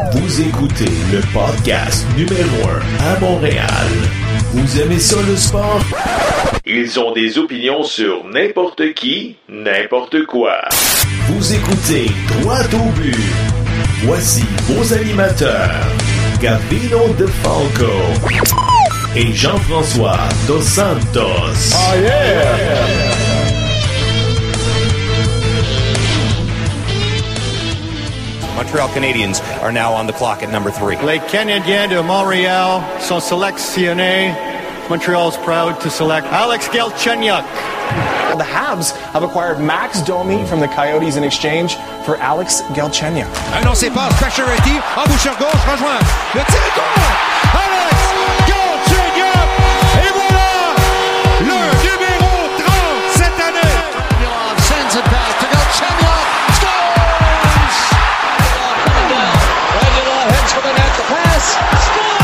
Vous écoutez le podcast numéro 1 à Montréal. Vous aimez ça le sport? Ils ont des opinions sur n'importe qui, n'importe quoi. Vous écoutez Droit au but. Voici vos animateurs, Gavino De Falco et Jean-François Dos Santos. Oh yeah! Montreal Canadiens are now on the clock at number 3. Les Canadiens de Montréal sont sélectionnés. Montreal is proud to select Alex Galchenyuk. The Habs have acquired Max Domi from the Coyotes in exchange for Alex Galchenyuk. Annoncé par Pacioretty, en boucheur gauche, rejoint le tir de goal! Alex Galchenyuk! Et voilà! Le numéro 30 cette année! Milan sends it back to Galchenyuk. Scores! Regular heads for the net, the pass. Score!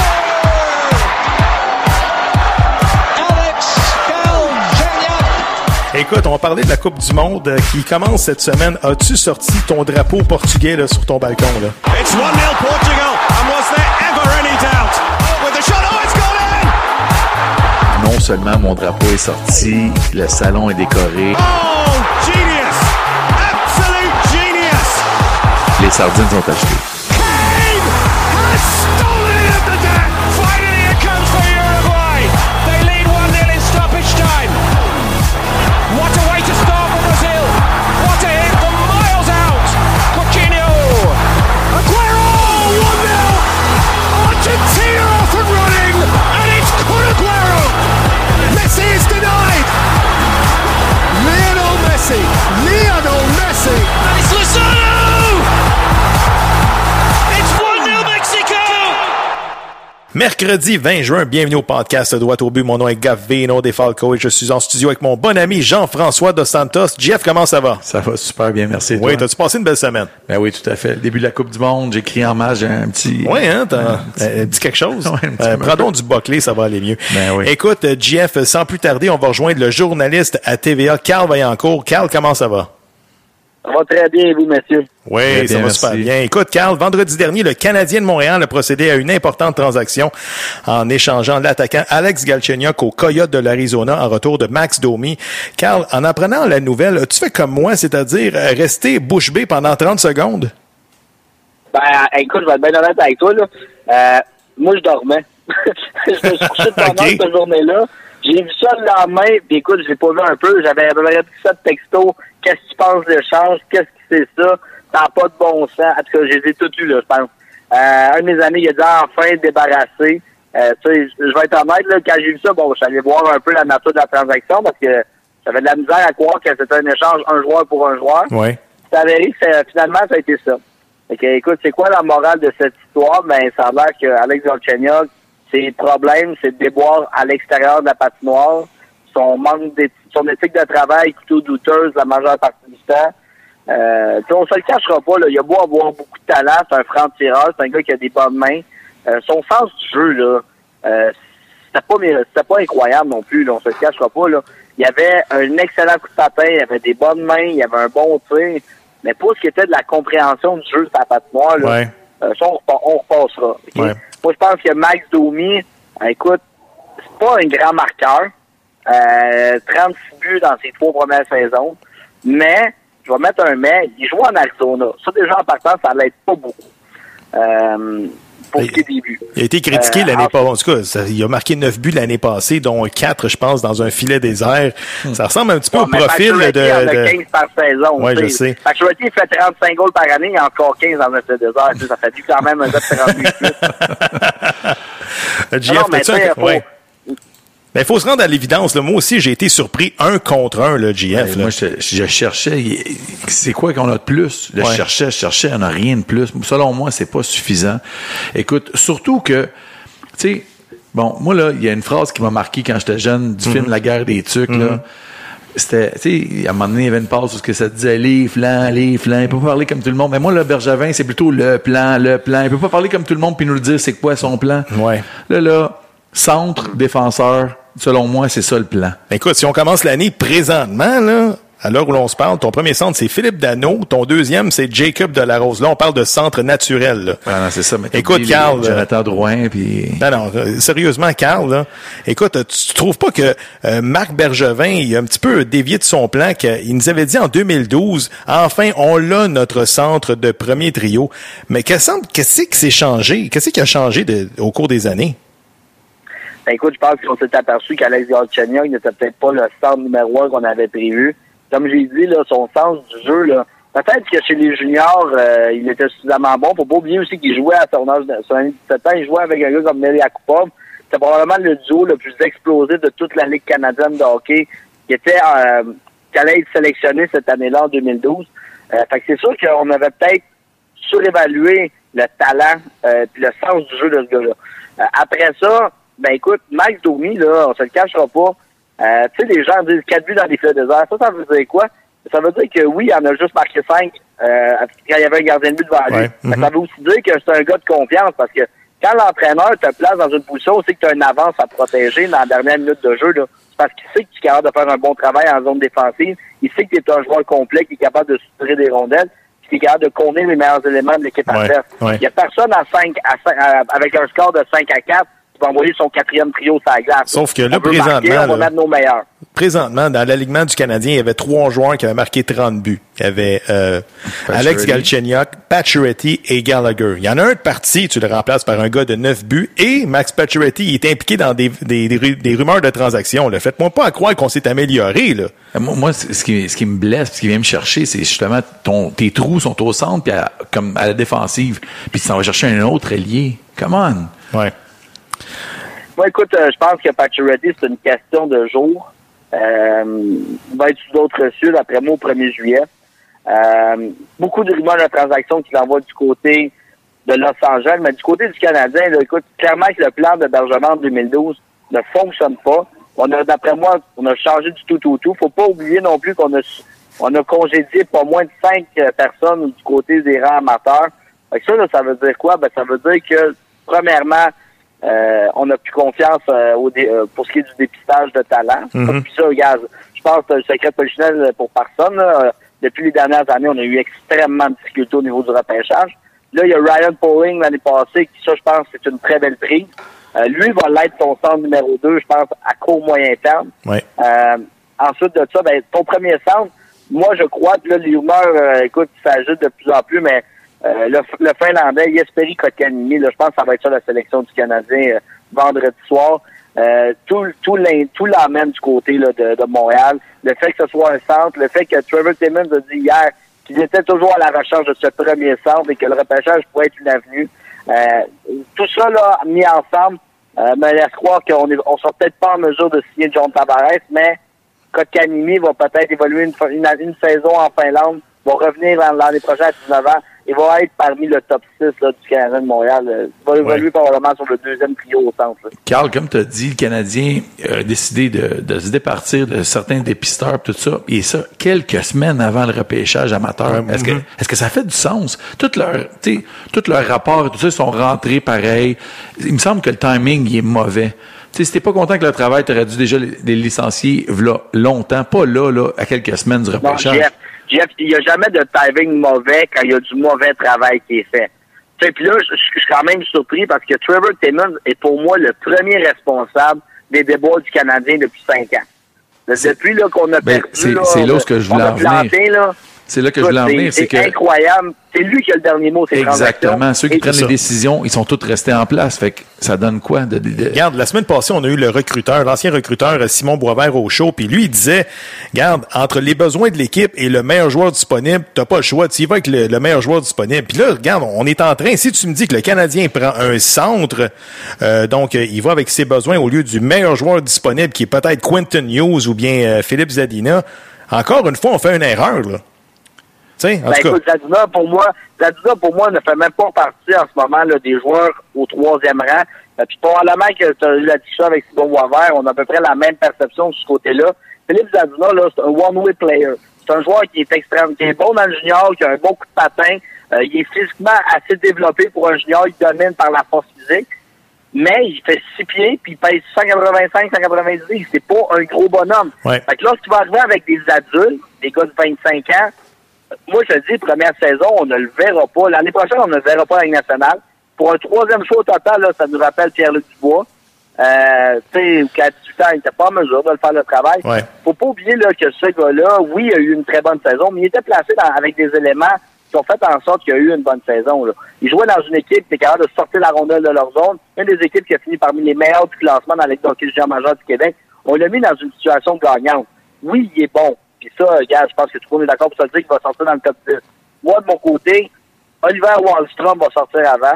Alex Galchenyuk. Écoute, on va parler de la Coupe du Monde qui commence cette semaine. As-tu sorti ton drapeau portugais là, sur ton balcon? Là? It's 1-0 Portugal, and was there ever any doubt? Oh, with the shot, oh, it's gone in! Non seulement mon drapeau est sorti, le salon est décoré. Oh, genius! Absolute genius! Les sardines sont achetées. Kane has stolen it at the deck! Finally it comes for Uruguay! They lead 1-0 in stoppage time! What a way to start for Brazil! What a hit from miles out! Coutinho! Aguero! 1-0! Argentina off and running! And it's Kun Aguero! Messi is denied! Lionel Messi! And it's Lozano! It's 1-0 Mexico! Mercredi 20 juin, bienvenue au podcast Droit au but. Mon nom est Gavino De Falco et je suis en studio avec mon bon ami Jean-François Dos Santos. Jeff, comment ça va? Ça va super bien, merci. Oui, toi? t'as-tu passé une belle semaine? Ben oui, tout à fait. Début de la Coupe du Monde, j'ai crié en match, j'ai un petit... Oui, hein? Dis quelque chose? Ouais, un petit Prends donc du Buckley, ça va aller mieux. Ben oui. Écoute, Jeff, sans plus tarder, on va rejoindre le journaliste à TVA, Carl Vaillancourt. Carl, comment ça va? Ça va très bien, vous, monsieur. Oui, Très ça bien, va super merci. bien. Écoute, Carl, vendredi dernier, le Canadien de Montréal a procédé à une importante transaction en échangeant l'attaquant Alex Galchenyuk au Coyote de l'Arizona en retour de Max Domi. Carl, en apprenant la nouvelle, as-tu fait comme moi, c'est-à-dire rester bouche bée pendant 30 secondes? Ben, écoute, je vais être bien honnête avec toi, là. Moi, je dormais. Je me suis couché de bonne heure Ok. cette journée-là. J'ai vu ça le lendemain, puis écoute, je l'ai pas vu un peu. J'avais regardé ça de texto. Qu'est-ce que tu penses de l'échange? Qu'est-ce que c'est ça? Ça n'a pas de bon sens. En tout cas, je les ai tous lus, là, je pense. Un de mes amis, il a dit enfin débarrassé. Tu sais, je vais être honnête, là, quand j'ai vu ça, bon, je suis allé voir un peu la nature de la transaction parce que j'avais de la misère à croire que c'était un échange un joueur pour un joueur. Oui. C'est avéré que finalement, ça a été ça. Fait que, écoute, c'est quoi la morale de cette histoire? Ben, ça a l'air que Alex Galchenyuk, ses problèmes, c'est de déboire à l'extérieur de la patinoire. Son son éthique de travail plutôt douteuse la majeure partie du temps. On se le cachera pas, là. Il a beau avoir beaucoup de talent, c'est un franc-tireur, c'est un gars qui a des bonnes mains. Son sens du jeu, là, c'était pas incroyable non plus, là. On se le cachera pas, là. Il avait un excellent coup de patin, il avait des bonnes mains, il avait un bon tir. Mais pour ce qui était de la compréhension du jeu sur la patinoire, là, Ouais. ça, on repassera. Okay? Ouais. Moi, je pense que Max Domi, écoute, c'est pas un grand marqueur. 36 buts dans ses 3 premières saisons. Mais, je vais mettre un mais, il joue en Arizona. Ça, déjà, en partant, ça l'aide pas beaucoup. Pour ce qui est des buts. Il a été critiqué l'année passée. En tout cas, il a marqué 9 buts l'année passée, dont 4, je pense, dans un filet désert. Ça ressemble un petit peu au profil de... Il en a de... 15 par saison. Oui, je sais. Pacioretty fait 35 goals par année, il y a encore 15 dans un filet désert. Tu sais, ça fait du quand même un gars de 38 plus. GF, mais ouais. Mais il faut se rendre à l'évidence. Là. Moi aussi, j'ai été surpris 1 contre 1, là, GF. Moi, je cherchais, c'est quoi qu'on a de plus? Là, Ouais. je cherchais, on n'a rien de plus. Selon moi, c'est pas suffisant. Écoute, surtout que, tu sais, bon, moi, là, il y a une phrase qui m'a marqué quand j'étais jeune du film La guerre des tucs, là. C'était, tu sais, à un moment donné, il y avait une pause où ça disait les flancs. Il peut pas parler comme tout le monde. Mais moi, le Bergevin, c'est plutôt le plan. Il peut pas parler comme tout le monde puis nous le dire c'est quoi son plan. Ouais. Là, centre, défenseur, selon moi, c'est ça le plan. Écoute, si on commence l'année présentement, là, à l'heure où l'on se parle, ton premier centre, c'est Philippe Danault. Ton deuxième, c'est Jacob Delarose. Là, on parle de centre naturel. Là. Ah non, c'est ça. Mais écoute, Carl... Jonathan Drouin, puis... Non, sérieusement, Carl, là, écoute, tu trouves pas que Marc Bergevin, il a un petit peu dévié de son plan, qu'il nous avait dit en 2012, enfin, on l'a, notre centre de premier trio. Mais qu'est-ce qui s'est changé? Qu'est-ce qui a changé au cours des années? Ben écoute, je pense qu'on s'est aperçu qu'Alex Galchenyuk n'était peut-être pas le centre numéro 1 qu'on avait prévu. Comme j'ai dit, là, son sens du jeu, là, peut-être que chez les juniors, il était suffisamment bon. Faut pas oublier aussi qu'il jouait à son âge, son année de 17 ans, il jouait avec un gars comme Nelly Akupov. C'était probablement le duo le plus explosif de toute la Ligue canadienne de hockey, qui allait être sélectionné cette année-là en 2012. Fait que c'est sûr qu'on avait peut-être surévalué le talent puis le sens du jeu de ce gars-là. Après ça, ben écoute, Max Domi, là, on se le cachera pas. Tu sais, les gens disent 4 buts dans des filets déserts. Ça veut dire quoi? Ça veut dire que oui, il en a juste marqué 5 quand il y avait un gardien de but devant lui. Ouais. Ça veut aussi dire que c'est un gars de confiance parce que quand l'entraîneur te place dans une position où c'est que tu as une avance à protéger dans la dernière minute de jeu, là, c'est parce qu'il sait que tu es capable de faire un bon travail en zone défensive. Il sait que tu es un joueur complet qui est capable de soutirer des rondelles, qui est capable de contenir les meilleurs éléments de l'équipe adverse. Il n'y a personne avec un score de 5-4 qui va envoyer son 4e trio sur la glace. Sauf que là, présentement, on va mettre nos meilleurs. Présentement, dans l'alignement du Canadien, il y avait 3 joueurs qui avaient marqué 30 buts. Il y avait Alex Galchenyuk, Pacioretty et Gallagher. Il y en a un de parti, tu le remplaces par un gars de 9 buts, et Max Pacioretty, il est impliqué dans des rumeurs de transactions. Là. Faites-moi pas à croire qu'on s'est amélioré. Là. Moi, ce qui me blesse, ce qui vient me chercher, c'est justement tes trous sont au centre, puis comme à la défensive, puis tu s'en vas chercher un autre allié. Come on! Ouais. Moi, écoute, je pense que Pacioretty, c'est une question de jour. Il va être sous d'autres cieux, d'après moi, au 1er juillet. Beaucoup de rumeurs de transactions qui l'envoient du côté de Los Angeles, mais du côté du Canadien, là, écoute, clairement que le plan d'hébergement en 2012 ne fonctionne pas. D'après moi, on a changé du tout. Faut pas oublier non plus qu'on a congédié pas moins de 5 personnes du côté des rangs amateurs. Fait que ça veut dire quoi? Ben, ça veut dire que, premièrement, on n'a plus confiance pour ce qui est du dépistage de talent. Puis ça, regarde, je pense que c'est un secret polichinelle pour personne. Là. Depuis les dernières années, on a eu extrêmement de difficultés au niveau du repêchage. Là, il y a Ryan Poehling l'année passée, qui, ça, je pense, c'est une très belle prise. Lui va l'être ton centre numéro 2, je pense, à court moyen terme. Ouais. Ensuite de ça, ben, ton premier centre, moi, je crois que là, les rumeurs, écoute, s'ajoutent de plus en plus, mais le Finlandais, Jesperi Kotkaniemi, là, je pense que ça va être ça la sélection du Canadien vendredi soir. Tout l'emmène du côté là, de Montréal. Le fait que ce soit un centre, le fait que Trevor Timmins a dit hier qu'ils étaient toujours à la recherche de ce premier centre et que le repêchage pourrait être une avenue. Tout ça là mis ensemble me laisse croire qu'on sera peut-être pas en mesure de signer John Tavares, mais Kotkaniemi va peut-être évoluer une saison en Finlande, va revenir l'année prochaine à 19 ans et va être parmi le top 6 là, du Canadien de Montréal. Il va évoluer probablement sur le 2e trio au centre. Là. Carl, comme tu as dit, le Canadien a décidé de se départir de certains dépisteurs tout ça, et ça, quelques semaines avant le repêchage amateur. Est-ce que ça fait du sens? Tout leur rapport, tout ça, ils sont rentrés pareil. Il me semble que le timing il est mauvais. Si t'es pas content que le travail, t'aurais dû déjà les licencier longtemps, pas là, à quelques semaines du repêchage. Non, Jeff, il n'y a jamais de timing mauvais quand il y a du mauvais travail qui est fait. Puis là, je suis quand même surpris parce que Trevor Timmins est pour moi le premier responsable des déboires du Canadien depuis 5 ans. Depuis là, qu'on a perdu... C'est là où je voulais en venir. C'est là que je voulais en venir. C'est incroyable. C'est lui qui a le dernier mot. Exactement. Ceux qui prennent les décisions, ils sont tous restés en place. Fait que ça donne quoi? Regarde, la semaine passée, on a eu l'ancien recruteur Simon Boisvert au show, puis lui, il disait, regarde, entre les besoins de l'équipe et le meilleur joueur disponible, t'as pas le choix. Tu y vas avec le meilleur joueur disponible. Puis là, regarde, on est en train, si tu me dis que le Canadien prend un centre, donc il va avec ses besoins au lieu du meilleur joueur disponible, qui est peut-être Quentin Hughes ou bien Philippe Zadina, encore une fois, on fait une erreur, là. Écoute, Zadina, pour moi, ne fait même pas partie en ce moment là, des joueurs au 3e rang. Puis probablement que tu as eu la discussion avec Simon Boisvert, on a à peu près la même perception de ce côté-là. Philippe Zadina, là, c'est un one-way player. C'est un joueur qui est extrême, qui est bon dans le junior, qui a un bon coup de patin. Il est physiquement assez développé pour un junior, il domine par la force physique. mais il fait 6 pieds, puis il pèse 185, 190. C'est pas un gros bonhomme. Ouais. Fait que lorsqu'il va arriver avec des adultes, des gars de 25 ans, moi, je te dis, première saison, on ne le verra pas. L'année prochaine, on ne le verra pas à la Ligue nationale. Pour un troisième choix au total, là, ça nous rappelle Pierre-Luc Dubois. Tu sais, qu'à 18 ans, il n'était pas en mesure de le faire le travail. Ouais. Faut pas oublier là, que ce gars-là, oui, il a eu une très bonne saison, mais il était placé avec des éléments qui ont fait en sorte qu'il a eu une bonne saison. Là. Il jouait dans une équipe qui était capable de sortir la rondelle de leur zone. Une des équipes qui a fini parmi les meilleurs du classement dans la Ligue de hockey junior majeur du Québec. On l'a mis dans une situation gagnante. Oui, il est bon. Puis ça, gars, je pense que tout le monde est d'accord pour se dire qu'il va sortir dans le top 10. Moi, de mon côté, Oliver Wahlstrom va sortir avant.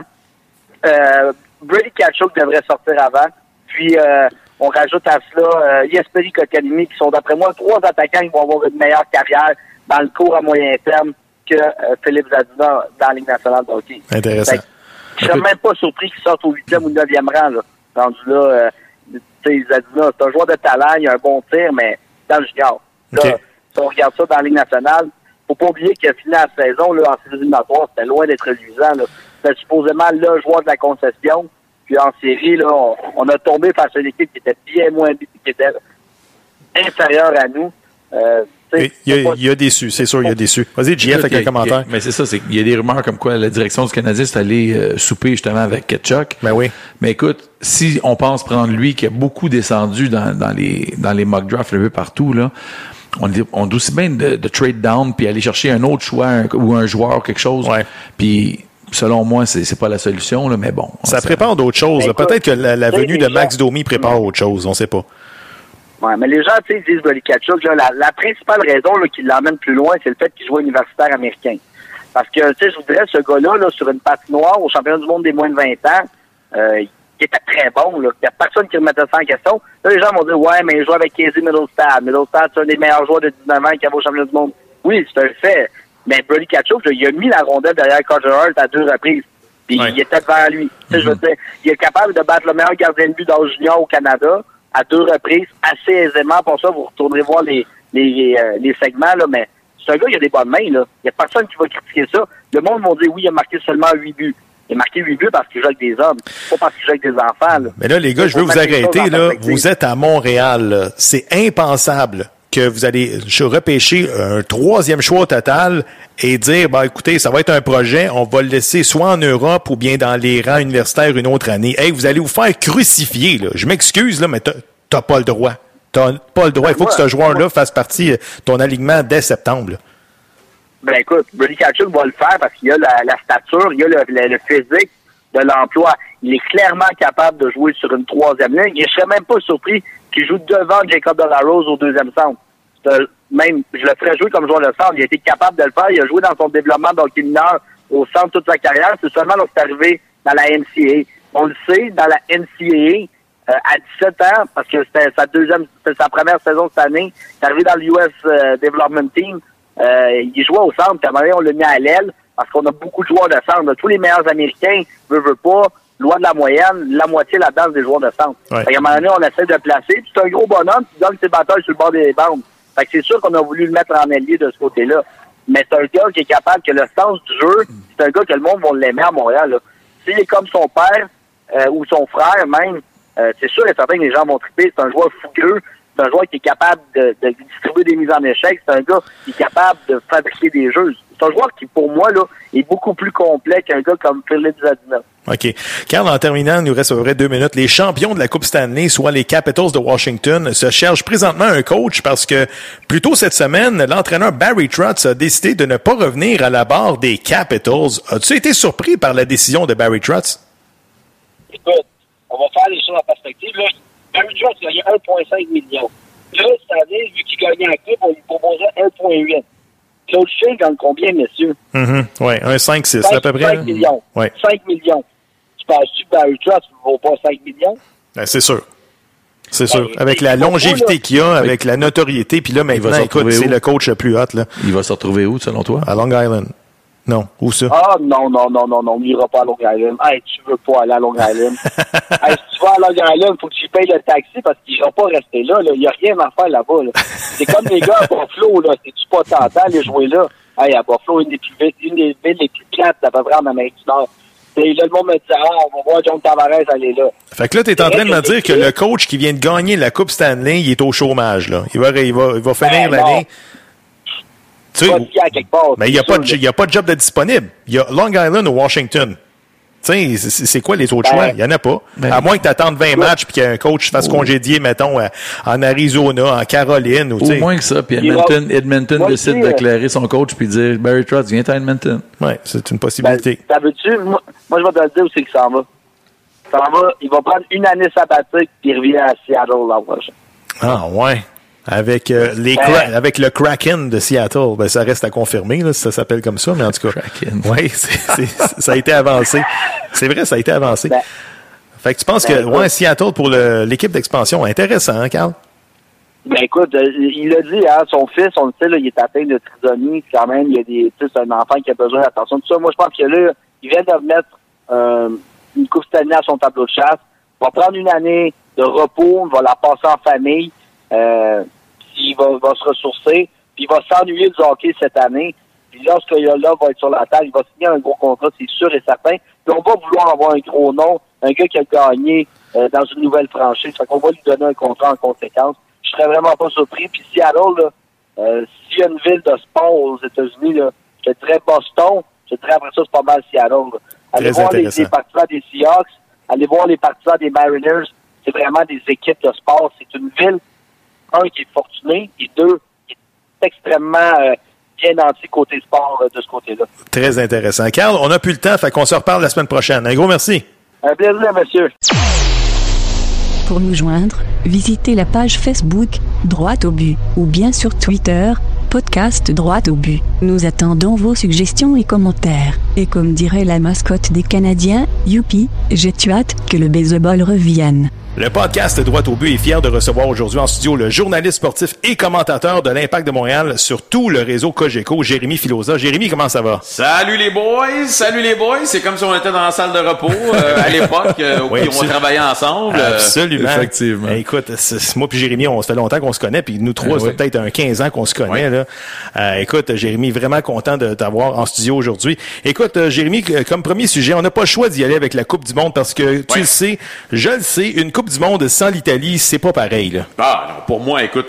Brady Tkachuk devrait sortir avant. Puis, on rajoute à cela Jesperi Kotkaniemi, qui sont, d'après moi, 3 attaquants qui vont avoir une meilleure carrière dans le court à moyen terme que Philippe Zadina dans la Ligue nationale de hockey. Intéressant. Je serais même pas surpris qu'il sorte au 8e ou 9e rang. Là. Rendu là, tu sais, Zadina, c'est un joueur de talent, il a un bon tir, mais dans le junior. Là, Okay. si on regarde ça dans la Ligue nationale, faut pas oublier qu'il a fini la saison là, en séries éliminatoires, c'était loin d'être reluisant. C'était supposément le joueur de la concession. Puis en série, là, on a tombé face à une équipe qui était bien moins, qui était inférieure à nous. Il y a déçu, c'est sûr, il y a déçu. Vas-y, JF, avec un commentaire. Mais c'est ça, il y a des rumeurs comme quoi la direction du Canadien est allée souper justement avec Tkachuk. Ben oui. Mais écoute, si on pense prendre lui qui a beaucoup descendu dans les mock drafts un peu partout, là, on dit aussi bien de trade down puis aller chercher un autre choix ou un joueur quelque chose. Ouais. Puis selon moi, c'est pas la solution, là, mais bon. Ça prépare d'autres choses. Écoute, peut-être que la venue de Max gens, Domi prépare autre chose, on sait pas. Ouais, mais les gens, tu sais, disent Brady Tkachuk, la principale raison là, qui l'emmène plus loin, c'est le fait qu'il joue universitaire américain. Parce que, tu sais, je voudrais, ce gars-là, là, sur une patinoire au championnat du monde des moins de 20 ans, il était très bon, là. Il n'y a personne qui remettait ça en question. Là, les gens vont dire, ouais, mais il joue avec Casey Middlestad. Middlestad, c'est un des meilleurs joueurs de 19 ans qui a au championnat du monde. Oui, c'est un fait. Mais Brady Tkachuk, il a mis la rondelle derrière Carter Hart à 2 reprises. Puis il était devant lui. Tu sais, je veux dire, il est capable de battre le meilleur gardien de but d'âge junior au Canada à 2 reprises, assez aisément. Pour ça, vous retournerez voir les segments, là, mais c'est un gars, il a des bonnes mains, là. Il n'y a personne qui va critiquer ça. Le monde va dire, oui, il a marqué seulement 8 buts. Il a marqué 8 buts parce qu'il joue avec des hommes, pas parce qu'il joue avec des enfants, là. Mais là, les gars, je veux vous arrêter, là. Vous êtes à Montréal, là. C'est impensable que vous allez repêcher un 3e choix au total et dire, bah, écoutez, ça va être un projet, on va le laisser soit en Europe ou bien dans les rangs universitaires une autre année. Hey, vous allez vous faire crucifier, là. Je m'excuse, là, mais t'as pas le droit. T'as pas le droit. Il faut que ce joueur-là fasse partie de ton alignement dès septembre, là. Ben écoute, Brady Tkachuk va le faire parce qu'il a la stature, il a le physique de l'emploi. Il est clairement capable de jouer sur une 3e ligne. Et je serais même pas surpris qu'il joue devant Jacob Delarose au 2e centre. Même, je le ferais jouer comme joueur de centre. Il a été capable de le faire. Il a joué dans son développement d'hockey mineur au centre toute sa carrière. C'est seulement lorsqu'il est arrivé dans la NCAA. On le sait, dans la NCAA, à 17 ans, parce que c'était sa première saison cette année, il est arrivé dans l'US Development Team. Il jouait au centre, puis à un moment donné, on l'a mis à l'aile, parce qu'on a beaucoup de joueurs de centre. Tous les meilleurs Américains, veut pas, loin de la moyenne, la moitié là-dedans, c'est des joueurs de centre. Ouais. Fait qu'à un moment donné, on essaie de le placer, puis c'est un gros bonhomme qui donne ses batailles sur le bord des bandes. Fait que c'est sûr qu'on a voulu le mettre en ailier de ce côté-là. Mais c'est un gars qui est capable, que le sens du jeu, c'est un gars que le monde va l'aimer à Montréal, là. S'il est comme son père, ou son frère même, c'est sûr et certain que les gens vont triper. C'est un joueur fougueux. C'est un joueur qui est capable de distribuer des mises en échec. C'est un gars qui est capable de fabriquer des jeux. C'est un joueur qui, pour moi, là, est beaucoup plus complet qu'un gars comme Philippe Zadina. OK. Carl, en terminant, il nous reste à peu près 2 minutes. Les champions de la Coupe Stanley, soit les Capitals de Washington, se cherchent présentement un coach parce que plus tôt cette semaine, l'entraîneur Barry Trotz a décidé de ne pas revenir à la barre des Capitals. As-tu été surpris par la décision de Barry Trotz? Écoute, on va faire les choses en perspective. Là, Barry Trotz gagnait 1,5 million. Là, cette année, vu qu'il gagnait en coupe, on lui proposait 1,8. Claude Schilling gagne combien, messieurs? Oui, un 5-6 à peu près. 5 millions. Ouais. 5 millions. Tu penses-tu que Barry Trotz ne vaut pas 5 millions? Ben, c'est sûr. C'est sûr. Avec la longévité qu'il a, avec la notoriété, puis là, maintenant, écoute, c'est le coach le plus hot, là. Il va se retrouver où, selon toi? À Long Island. Non. Où ça? Ah, non, on n'ira pas à Long Island. Hey, tu veux pas aller à Long Island. Hey, si tu vas à Long Island, il faut que tu payes le taxi parce qu'il va pas rester là. Il n'y a rien à faire là-bas. Là. C'est comme les gars à Buffalo, là. C'est-tu pas tentant aller jouer là? Hey, à Buffalo, une des villes les plus plates à peu près en Amérique du Nord. le monde me dit, on va voir John Tavares aller là. Fait que là, t'es en train de me dire que le coach qui vient de gagner la Coupe Stanley, il est au chômage, là. Il va finir l'année. Tu sais, mais il n'y a pas de job de disponible. Il y a Long Island ou Washington. Tu sais, c'est quoi les autres choix? Il n'y en a pas. À moins que tu attendes 20 matchs puis qu'un coach fasse congédier, mettons, en Arizona, en Caroline. Ou moins que ça. Puis Edmonton décide de déclarer son coach puis dire Barry Trotz, viens à Edmonton. Oui, c'est une possibilité. Ça veut-tu? Moi, je vais te le dire où c'est qu'il s'en va. Il va prendre une année sabbatique puis il revient à Seattle l'an prochain. Ah, ouais. Avec avec le Kraken de Seattle, ben ça reste à confirmer là, si ça s'appelle comme ça, mais en tout cas, oui, ça a été avancé. C'est vrai, ça a été avancé. Fait que tu penses que Seattle pour l'équipe d'expansion, intéressant, hein, Carl? Ben écoute, il l'a dit, hein, son fils, on le sait, là, il est atteint de trisomie, quand même, il y a c'est un enfant qui a besoin d'attention. Tout ça, moi je pense que là, il vient de remettre une Coupe Stanley à son tableau de chasse. Il va prendre une année de repos, il va la passer en famille. Il va se ressourcer, puis il va s'ennuyer du hockey cette année. Puis lorsque là va être sur la table, il va signer un gros contrat, c'est sûr et certain. Puis on va vouloir avoir un gros nom, un gars qui a gagné dans une nouvelle franchise. Fait qu'on va lui donner un contrat en conséquence. Je serais vraiment pas surpris. Puis Seattle, là, s'il y a une ville de sport aux États-Unis, là, je dirais Boston, je dirais après ça, c'est pas mal Seattle. Là. Allez voir les partisans des Seahawks, allez voir les partisans des Mariners. C'est vraiment des équipes de sport. C'est une ville, un, qui est fortuné, et deux, qui est extrêmement bien nanti côté sport de ce côté-là. Très intéressant. Carl, on n'a plus le temps, fait qu'on se reparle la semaine prochaine. Un gros merci. Un plaisir, monsieur. Pour nous joindre, visitez la page Facebook Droite au but ou bien sur Twitter, podcast Droite au but. Nous attendons vos suggestions et commentaires. Et comme dirait la mascotte des Canadiens, youpi, j'ai hâte que le baseball revienne. Le podcast Droite au but est fier de recevoir aujourd'hui en studio le journaliste sportif et commentateur de l'Impact de Montréal sur tout le réseau Cogeco, Jérémy Filosa. Jérémy, comment ça va? Salut les boys! C'est comme si on était dans la salle de repos à l'époque où on travaillait ensemble. Absolument. Effectivement. Écoute, moi puis Jérémy, on se fait longtemps qu'on se connaît, puis nous trois, ça fait peut-être un 15 ans qu'on se connaît. Là. Écoute, Jérémy, vraiment content de t'avoir en studio aujourd'hui. Écoute, Jérémy, comme premier sujet, on n'a pas le choix d'y aller avec la Coupe du Monde parce que tu le sais, je le sais, une Coupe du Monde sans l'Italie, c'est pas pareil, là. Ah, non, pour moi, écoute,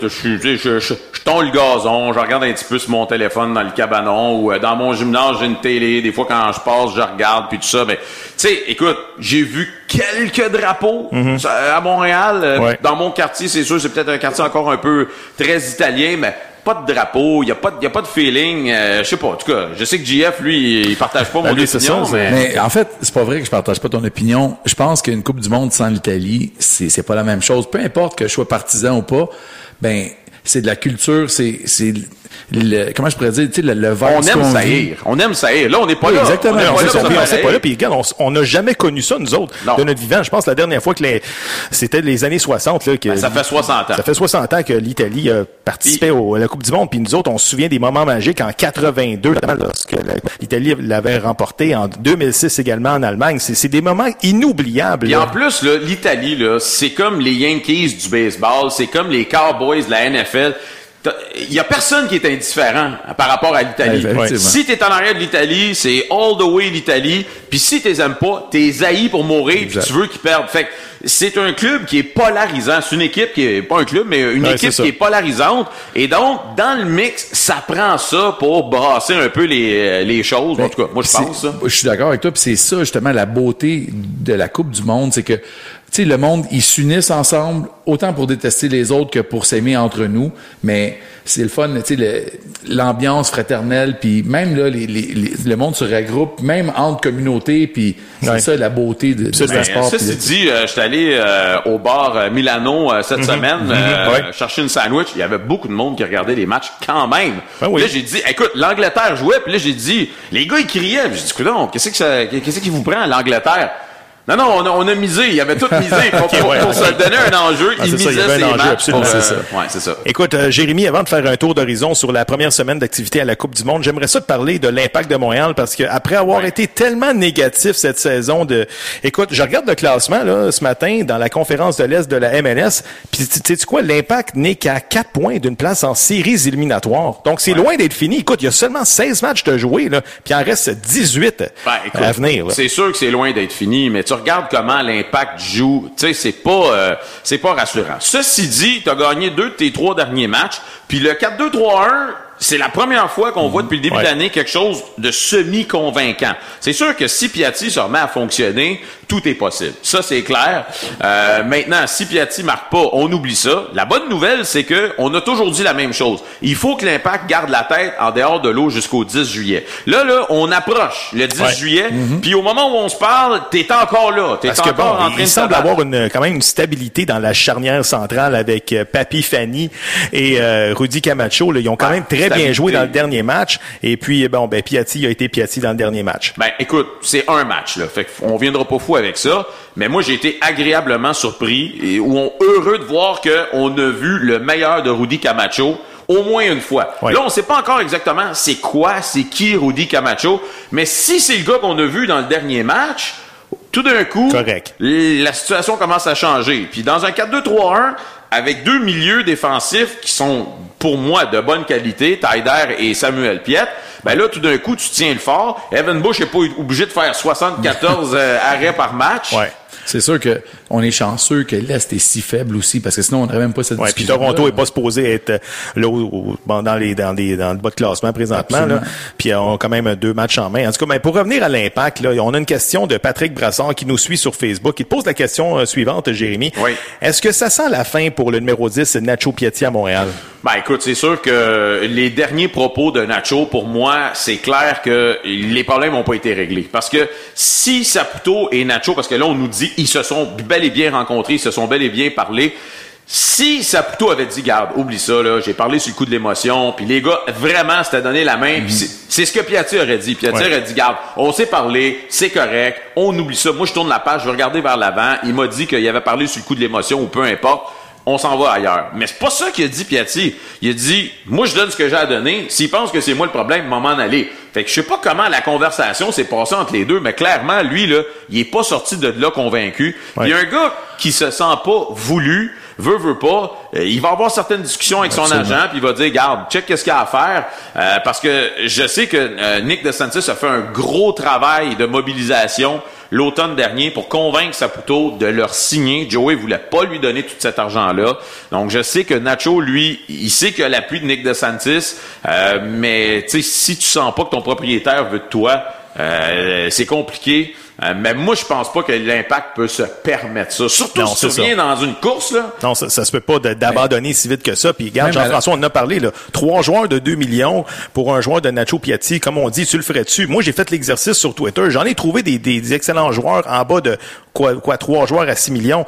je tombe le gazon, je regarde un petit peu sur mon téléphone dans le cabanon ou dans mon gymnase, j'ai une télé. Des fois, quand je passe, je regarde, puis tout ça. Mais, tu sais, écoute, j'ai vu quelques drapeaux à Montréal. Dans mon quartier, c'est sûr, c'est peut-être un quartier encore un peu très italien, mais pas de drapeau, il y a pas de feeling, je sais pas, en tout cas, je sais que JF lui il partage pas mon opinion, mais en fait, c'est pas vrai que je partage pas ton opinion. Je pense qu'une Coupe du monde sans l'Italie, c'est pas la même chose. Peu importe que je sois partisan ou pas, ben c'est de la culture, c'est comment je pourrais dire, tu sais, le vibe. On aime saillir. Là, on n'est pas là. Exactement. On n'est pas là. Puis regarde, on n'a jamais connu ça, nous autres, de notre vivant. Je pense que la dernière fois que c'était les années 60. Là, que, ça fait 60 ans. Ça fait 60 ans que l'Italie a participé à la Coupe du Monde. Puis nous autres, on se souvient des moments magiques en 82, lorsque l'Italie l'avait remporté, en 2006 également en Allemagne. C'est des moments inoubliables. Et en plus, là, l'Italie, là, c'est comme les Yankees du baseball, c'est comme les Cowboys de la NFL. Il y a personne qui est indifférent par rapport à l'Italie. Si t'es en arrière de l'Italie, c'est all the way l'Italie. Puis si t'es aimes pas, t'es haï pour mourir. Puis tu veux qu'ils perdent. Fait que c'est un club qui est polarisant. C'est une équipe qui est pas un club, mais une équipe qui est polarisante. Et donc dans le mix, ça prend ça pour brasser un peu les choses. En tout cas, moi je pense ça. Je suis d'accord avec toi. Puis c'est ça justement la beauté de la Coupe du Monde, c'est que tu sais, le monde, ils s'unissent ensemble, autant pour détester les autres que pour s'aimer entre nous, mais c'est le fun, tu sais, l'ambiance fraternelle, puis même là, le monde se regroupe, même entre communautés, puis c'est ça la beauté de ce sport. Ça, c'est dit, je suis allé au bar Milano cette semaine, chercher une sandwich, il y avait beaucoup de monde qui regardait les matchs quand même. Là, j'ai dit, écoute, l'Angleterre jouait, puis là, j'ai dit, les gars, ils criaient, j'ai dit, écoute, qu'est-ce qui vous prend, l'Angleterre? Non, on a misé. Il y avait tout misé pour se donner un enjeu. Il misait ses matchs. C'est ça. Écoute, Jérémy, avant de faire un tour d'horizon sur la première semaine d'activité à la Coupe du Monde, j'aimerais ça te parler de l'Impact de Montréal parce que après avoir été tellement négatif cette saison écoute, je regarde le classement là ce matin dans la conférence de l'Est de la MLS, puis sais-tu quoi, l'Impact n'est qu'à 4 points d'une place en séries éliminatoires. Donc c'est loin d'être fini. Écoute, il y a seulement 16 matchs de jouer là, puis il en reste 18 à venir. Là. C'est sûr que c'est loin d'être fini, mais tu regardes comment l'Impact joue, tu sais, c'est pas rassurant. Ceci dit, tu as gagné 2 de tes 3 derniers matchs, puis le 4-2-3-1, c'est la première fois qu'on voit depuis le début de l'année quelque chose de semi-convaincant. C'est sûr que si Piatti se remet à fonctionner, tout est possible. Ça, c'est clair. Maintenant, si Piatti marque pas, on oublie ça. La bonne nouvelle, c'est que on a toujours dit la même chose. Il faut que l'Impact garde la tête en dehors de l'eau jusqu'au 10 juillet. Là, on approche le 10 juillet, puis au moment où on se parle, t'es encore là. T'es encore en train de il semble avoir quand même une stabilité dans la charnière centrale avec Papi Fanny et Rudy Camacho. Là, ils ont quand même très bien joué dans le dernier match. Et puis, Piatti a été Piatti dans le dernier match. Ben, écoute, c'est un match, là. Fait qu'on viendra pas fou avec ça. Mais moi, j'ai été agréablement surpris et heureux de voir qu'on a vu le meilleur de Rudy Camacho au moins une fois. Oui. Là, on sait pas encore exactement c'est qui Rudy Camacho. Mais si c'est le gars qu'on a vu dans le dernier match, tout d'un coup, la situation commence à changer. Puis dans un 4-2-3-1, avec 2 milieux défensifs qui sont, pour moi, de bonne qualité, Taider et Samuel Piette, ben là, tout d'un coup, tu tiens le fort. Evan Bush n'est pas obligé de faire 74 arrêts par match. Ouais. C'est sûr que on est chanceux que l'Est est si faible aussi, parce que sinon, on n'aurait même pas cette discussion. Puis Toronto n'est pas supposé être là dans le bas de classement présentement. Là. Puis on a quand même 2 matchs en main. En tout cas, mais pour revenir à l'Impact, là, on a une question de Patrick Brassard qui nous suit sur Facebook. Il te pose la question suivante, Jérémy. Oui. Est-ce que ça sent la fin pour le numéro 10, Nacho Piatti à Montréal? Ben écoute, c'est sûr que les derniers propos de Nacho, pour moi, c'est clair que les problèmes n'ont pas été réglés. Parce que si Saputo et Nacho, parce que là, on nous dit ils se sont bel et bien rencontrés, ils se sont bel et bien parlé. Si Saputo avait dit, garde, oublie ça, là, j'ai parlé sur le coup de l'émotion, puis les gars, vraiment, s'étaient donné la main, puis c'est ce que Piatti aurait dit. Piatti aurait dit, garde, on s'est parlé, c'est correct, on oublie ça. Moi, je tourne la page, je vais regarder vers l'avant. Il m'a dit qu'il avait parlé sur le coup de l'émotion, ou peu importe. On s'en va ailleurs. Mais c'est pas ça qu'il a dit, Piatti. Il a dit, moi, je donne ce que j'ai à donner. S'il pense que c'est moi le problème, m'en aller. Fait que je sais pas comment la conversation s'est passée entre les deux, mais clairement, lui, là, il est pas sorti de là convaincu. Il y a un gars qui se sent pas voulu, veut pas, il va avoir certaines discussions avec son agent, puis il va dire, garde, check qu'est-ce qu'il y a à faire, parce que je sais que Nick DeSantis a fait un gros travail de mobilisation l'automne dernier pour convaincre Saputo de leur signer. Joey voulait pas lui donner tout cet argent-là. Donc, je sais que Nacho, lui, il sait qu'il a l'appui de Nick DeSantis, mais tu sais, si tu sens pas que ton propriétaire veut de toi, c'est compliqué. Mais moi, je pense pas que l'Impact peut se permettre ça. Surtout si tu viens dans une course, là. Non, ça se peut pas d'abandonner si vite que ça. Puis regarde, Jean-François, on en a parlé, là. 3 joueurs de 2 millions pour un joueur de Nacho Piatti. Comme on dit, tu le ferais-tu? Moi, j'ai fait l'exercice sur Twitter. J'en ai trouvé des excellents joueurs en bas de, 3 joueurs à 6 millions,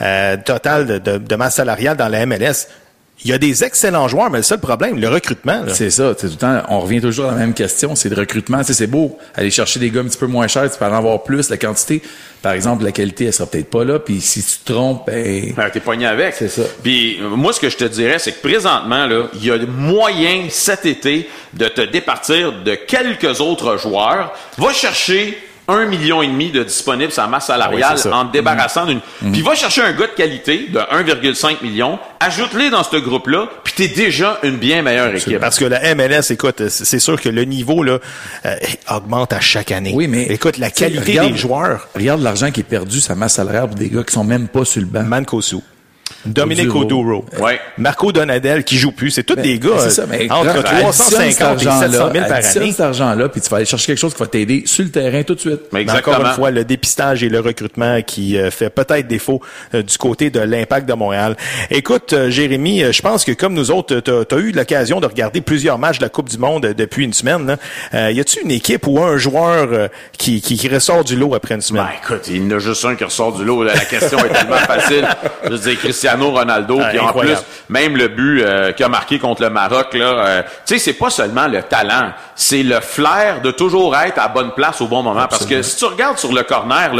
total de masse salariale dans la MLS. Il y a des excellents joueurs, mais le seul problème, le recrutement. Là. C'est ça. Tout le temps, on revient toujours à la même question, c'est le recrutement. Tu sais, c'est beau aller chercher des gars un petit peu moins chers, tu peux en avoir plus, la quantité. Par exemple, la qualité, elle sera peut-être pas là. Puis si tu te trompes, t'es pogné avec. C'est ça. Puis moi, ce que je te dirais, c'est que présentement, là, il y a moyen cet été de te départir de quelques autres joueurs. Va chercher 1,5 million de disponibles sur la masse salariale en te débarrassant d'une... Puis va chercher un gars de qualité de 1,5 million, ajoute-les dans ce groupe-là, puis t'es déjà une bien meilleure équipe. Parce que la MLS, écoute, c'est sûr que le niveau là augmente à chaque année. Oui, mais écoute, la qualité des joueurs... Regarde l'argent qui est perdu sur la masse salariale pour des gars qui sont même pas sur le banc. Mancosu. Dominic Oduro. Marco Donadel qui joue plus. C'est tous des gars entre 350 et 700 000 par année. Cet argent-là, puis tu vas aller chercher quelque chose qui va t'aider sur le terrain tout de suite. Mais encore une fois, le dépistage et le recrutement qui fait peut-être défaut du côté de l'Impact de Montréal. Écoute, Jérémy, je pense que comme nous autres, t'as eu l'occasion de regarder plusieurs matchs de la Coupe du Monde depuis une semaine. Y a-tu une équipe ou un joueur qui ressort du lot après une semaine? Ben, écoute, il y en a juste un qui ressort du lot. La question est tellement facile. Je veux dire, Cristiano Ronaldo, puis en plus, même le but qu'il a marqué contre le Maroc, là, tu sais, c'est pas seulement le talent, c'est le flair de toujours être à bonne place au bon moment. Absolument. Parce que si tu regardes sur le corner, là,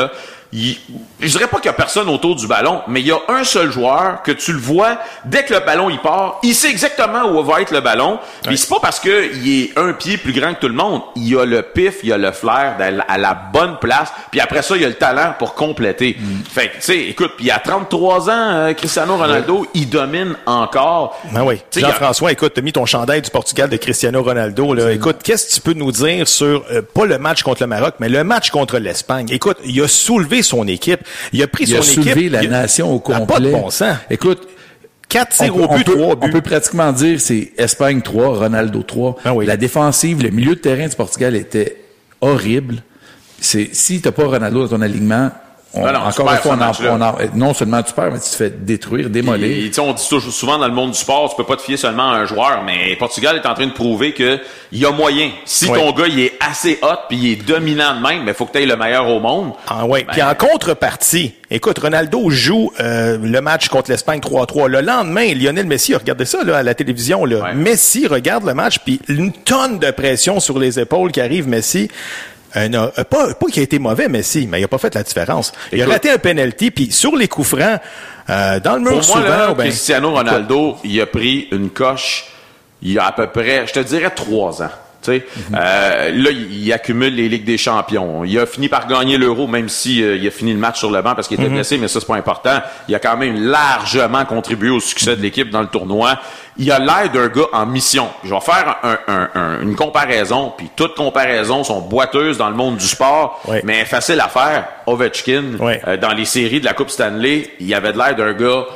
je dirais pas qu'il y a personne autour du ballon, mais il y a un seul joueur que tu le vois, dès que le ballon il part, il sait exactement où va être le ballon. Puis c'est pas parce que il est un pied plus grand que tout le monde. Il a le pif, il a le flair à la bonne place. Puis après ça, il a le talent pour compléter. Fait que, tu sais, écoute, puis à 33 ans, Cristiano Ronaldo, il domine encore. Ben oui. Jean-François, écoute, t'as mis ton chandail du Portugal de Cristiano Ronaldo, là. Écoute, qu'est-ce que tu peux nous dire sur, pas le match contre le Maroc, mais le match contre l'Espagne? Écoute, il a soulevé son équipe. Il a pris son équipe. Il a soulevé la nation au complet. Pas de bon sens. Écoute, 4 tirs au but, 3 buts. On peut pratiquement dire c'est Espagne 3, Ronaldo 3. Ah oui. La défensive, le milieu de terrain du Portugal était horrible. Si t'as pas Ronaldo dans ton alignement, encore une fois, non seulement tu perds, mais tu te fais détruire, démolir. On dit toujours souvent dans le monde du sport, tu peux pas te fier seulement à un joueur, mais Portugal est en train de prouver que il y a moyen. Si ton gars il est assez hot puis il est dominant de même, mais faut que tu aies le meilleur au monde. Ah ouais. Puis en contrepartie, écoute, Ronaldo joue le match contre l'Espagne 3-3. Le lendemain, Lionel Messi a regardé ça là, à la télévision. Là. Messi regarde le match, puis une tonne de pression sur les épaules qui arrive Messi. Pas qu'il a été mauvais, Messi, mais il a pas fait la différence. Il a raté un penalty, puis sur les coups francs, dans le mur souvent... Pour moi, Cristiano Ronaldo, il a pris une coche il y a à peu près, je te dirais, 3 ans. Là, il accumule les Ligues des Champions. Il a fini par gagner l'Euro, même si il a fini le match sur le banc parce qu'il était blessé, mais ça, c'est pas important. Il a quand même largement contribué au succès de l'équipe dans le tournoi. Il a l'air d'un gars en mission. Je vais faire une comparaison, puis toutes comparaisons sont boiteuses dans le monde du sport, mais facile à faire. Ovechkin, dans les séries de la Coupe Stanley, il avait de l'air d'un gars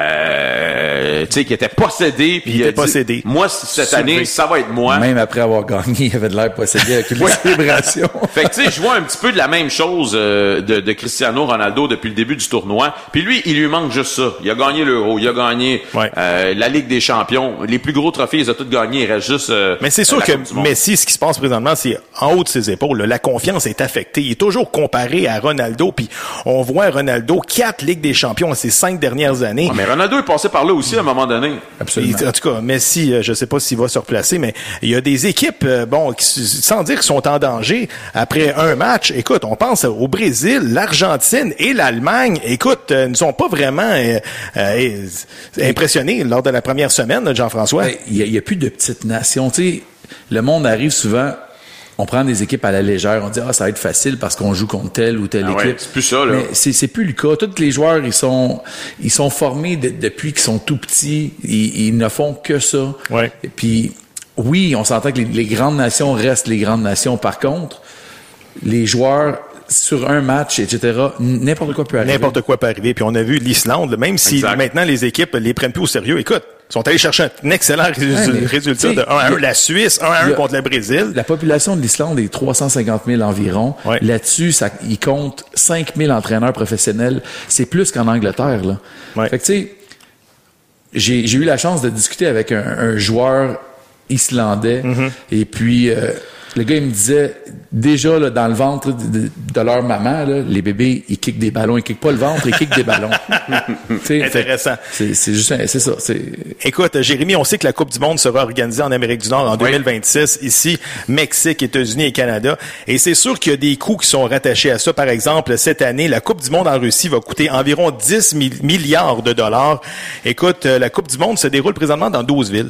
qui était possédé. Puis il était possédé. Moi, cette année, ça va être moi. Même après avoir gagné, il avait de l'air possédé avec une célébration. Fait que tu sais, je vois un petit peu de la même chose de Cristiano Ronaldo depuis le début du tournoi. Puis lui, il lui manque juste ça. Il a gagné l'Euro, il a gagné la Ligue des Champions. Les plus gros trophées, ils ont tous gagné. Il reste juste mais c'est sûr que Messi, ce qui se passe présentement, c'est en haut de ses épaules. Là, la confiance est affectée. Il est toujours comparé à Ronaldo. Puis on voit Ronaldo 4 Ligues des Champions en ces 5 dernières années. Mais Ronaldo est passé par là aussi à un moment donné. Absolument. En tout cas, Messi, je sais pas s'il va se replacer, mais il y a des équipes, sans dire qu'ils sont en danger, après un match, écoute, on pense au Brésil, l'Argentine et l'Allemagne, écoute, ne sont pas vraiment impressionnés lors de la première semaine, Jean-François. Il y a plus de petites nations. Tu sais, le monde arrive souvent... On prend des équipes à la légère, on dit ça va être facile parce qu'on joue contre telle ou telle équipe. C'est plus ça là. Mais c'est plus le cas. Tous les joueurs ils sont formés depuis qu'ils sont tout petits, ils ne font que ça. Ouais. Et puis oui, on s'entend que les grandes nations restent les grandes nations. Par contre, les joueurs sur un match, etc., n'importe quoi peut arriver. N'importe quoi peut arriver. Puis on a vu l'Islande, même si maintenant les équipes les prennent plus au sérieux. Écoute, ils sont allés chercher un excellent résultat de 1-1. La Suisse, 1-1 contre le Brésil. La population de l'Islande est 350 000 environ. Ouais. Là-dessus, ils comptent 5 000 entraîneurs professionnels. C'est plus qu'en Angleterre, là. Ouais. Fait que, tu sais, j'ai eu la chance de discuter avec un joueur islandais. Et puis... le gars, il me disait, déjà, là, dans le ventre de leur maman, là, les bébés, ils kickent des ballons. Ils kickent pas le ventre, ils kickent des ballons. Intéressant. C'est juste, c'est ça. Écoute, Jérémy, on sait que la Coupe du Monde sera organisée en Amérique du Nord en 2026, ici, Mexique, États-Unis et Canada. Et c'est sûr qu'il y a des coûts qui sont rattachés à ça. Par exemple, cette année, la Coupe du Monde en Russie va coûter environ 10 milliards de dollars. Écoute, la Coupe du Monde se déroule présentement dans 12 villes.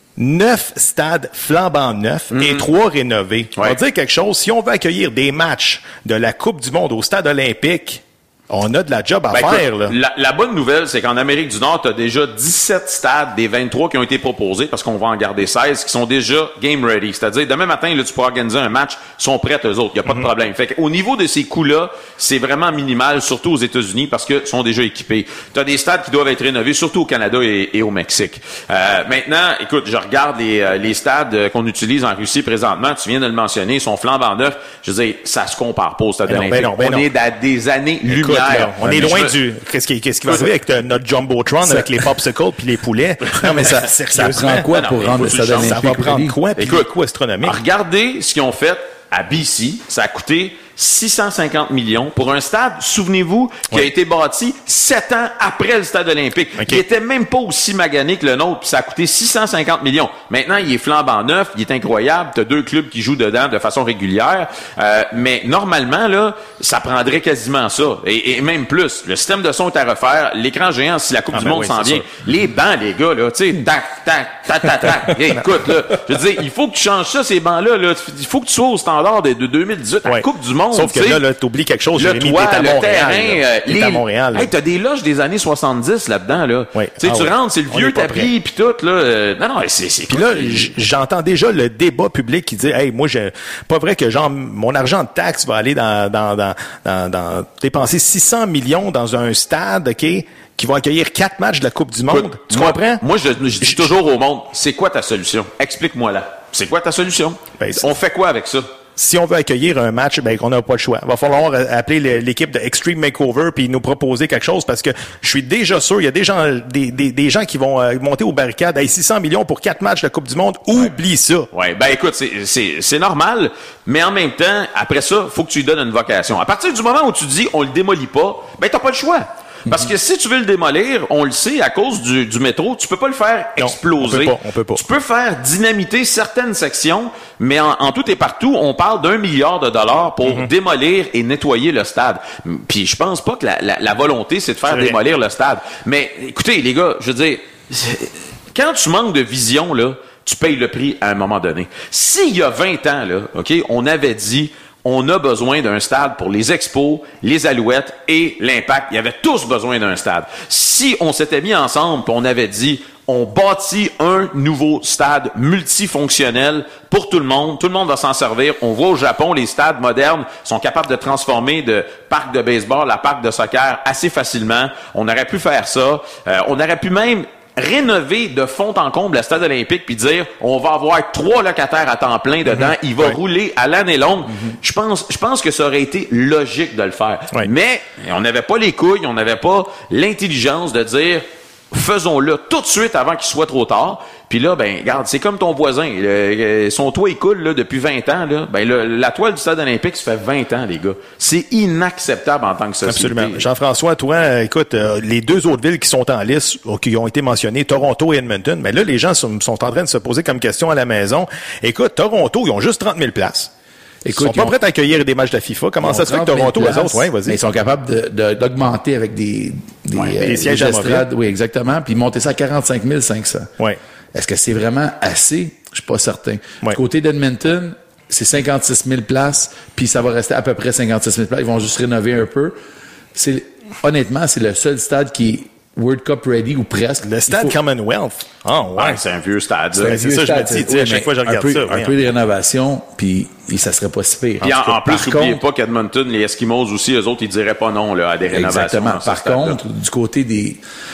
9 stades flambant neufs et 3 rénovés. On va dire quelque chose. Si on veut accueillir des matchs de la Coupe du Monde au stade olympique, on a de la job à faire. Écoute, là. La bonne nouvelle, c'est qu'en Amérique du Nord, tu as déjà 17 stades des 23 qui ont été proposés, parce qu'on va en garder 16, qui sont déjà game ready. C'est-à-dire, demain matin, là, tu pourras organiser un match, ils sont prêts eux autres, il n'y a pas de problème. Fait qu'au niveau de ces coûts-là, c'est vraiment minimal, surtout aux États-Unis, parce qu'ils sont déjà équipés. Tu as des stades qui doivent être rénovés, surtout au Canada et au Mexique. Maintenant, écoute, je regarde les stades qu'on utilise en Russie présentement, tu viens de le mentionner, ils sont flambant neufs. Je veux dire, ça se compare pas au stade olympique. On est à des années-lumière. On est loin du... Qu'est-ce qui va arriver avec notre Jumbotron, avec les popsicles puis les poulets? Non, mais ça prend quoi pour rendre le stade olympique? Ça va prendre quoi? Puis écoute, quoi astronomique? Regardez ce qu'ils ont fait à BC. Ça a coûté 650 millions pour un stade, souvenez-vous, qui a été bâti 7 ans après le stade olympique. Okay. Il était même pas aussi magané que le nôtre, puis ça a coûté 650 millions. Maintenant, il est flambant neuf, il est incroyable, t'as 2 clubs qui jouent dedans de façon régulière, mais normalement, là, ça prendrait quasiment ça, et même plus. Le système de son est à refaire, l'écran géant, si la Coupe du Monde s'en vient. Les bancs, les gars, là, tu sais, tac, tac, tac, tac, tac. Hey, écoute, là, je veux dire, il faut que tu changes ça, ces bancs-là, là. Il faut que tu sois au standard de 2018 à la Coupe du Monde. Sauf que là, t'oublies quelque chose, Jérémy, t'es à Montréal. T'es à Montréal. Hey, t'as des loges des années 70 là-dedans, là. Tu sais, tu rentres, c'est le vieux tapis, puis tout, là. Non, c'est puis là, j'entends déjà le débat public qui dit, hey, moi, pas vrai que, genre, mon argent de taxe va aller dans dépenser 600 millions dans un stade, OK, qui va accueillir 4 matchs de la Coupe du Monde. Écoute, tu comprends? Moi, je dis toujours au monde, c'est quoi ta solution? Explique-moi là. C'est quoi ta solution? On fait quoi avec ça? Si on veut accueillir un match, ben qu'on n'a pas le choix. Il va falloir appeler l'équipe de Extreme Makeover puis nous proposer quelque chose parce que je suis déjà sûr, il y a des gens qui vont monter aux barricades. Hey, 600 millions pour 4 matchs de la Coupe du Monde, oublie ça. Ouais, ben écoute, c'est normal, mais en même temps, après ça, faut que tu lui donnes une vocation. À partir du moment où tu dis on le démolit pas, ben t'as pas le choix. Parce que si tu veux le démolir, on le sait, à cause du métro, tu peux pas le faire exploser. Non, on peut pas. Tu peux faire dynamiter certaines sections, mais en tout et partout, on parle d'1 milliard de dollars pour démolir et nettoyer le stade. Puis je pense pas que la volonté, c'est de faire démolir le stade. Mais écoutez, les gars, je veux dire, quand tu manques de vision, là, tu payes le prix à un moment donné. S'il y a 20 ans, là, OK, on avait dit... On a besoin d'un stade pour les Expos, les Alouettes et l'Impact. Il y avait tous besoin d'un stade. Si on s'était mis ensemble et on avait dit on bâtit un nouveau stade multifonctionnel pour tout le monde va s'en servir. On voit au Japon, les stades modernes sont capables de transformer de parc de baseball à parc de soccer assez facilement. On aurait pu faire ça. On aurait pu même rénover de fond en comble le stade olympique puis dire on va avoir 3 locataires à temps plein dedans, il va rouler à l'année longue. Je pense que ça aurait été logique de le faire. Mais on n'avait pas les couilles, on n'avait pas l'intelligence de dire faisons-le tout de suite avant qu'il soit trop tard. Puis là, ben, regarde, c'est comme ton voisin. Son toit, il coule là, depuis 20 ans. Là. Ben, la toile du stade olympique, ça fait 20 ans, les gars. C'est inacceptable en tant que société. Absolument. Jean-François, toi, écoute, les 2 autres villes qui sont en liste, qui ont été mentionnées, Toronto et Edmonton, mais là, les gens sont en train de se poser comme question à la maison. Écoute, Toronto, ils ont juste 30 000 places. Écoute, ils sont pas prêts à accueillir des matchs de la FIFA. Comment ça se fait que Toronto, eux autres? Ouais, vas-y. Ils sont capables d'augmenter avec des sièges estrades. Oui, exactement. Puis monter ça à 45 500. Oui. Est-ce que c'est vraiment assez? Je suis pas certain. Du côté d'Edmonton, c'est 56 000 places, puis ça va rester à peu près 56 000 places. Ils vont juste rénover un peu. Honnêtement, c'est le seul stade qui est World Cup ready ou presque. Le stade Commonwealth. C'est un vieux stade. C'est ça, je me dis. À chaque fois, je regarde ça. Un peu de rénovation, puis ça serait pas si pire. Puis en plus, n'oubliez pas qu'Edmonton, les Eskimos aussi, eux autres, ils diraient pas non là, à des rénovations. Exactement. Par contre, du côté des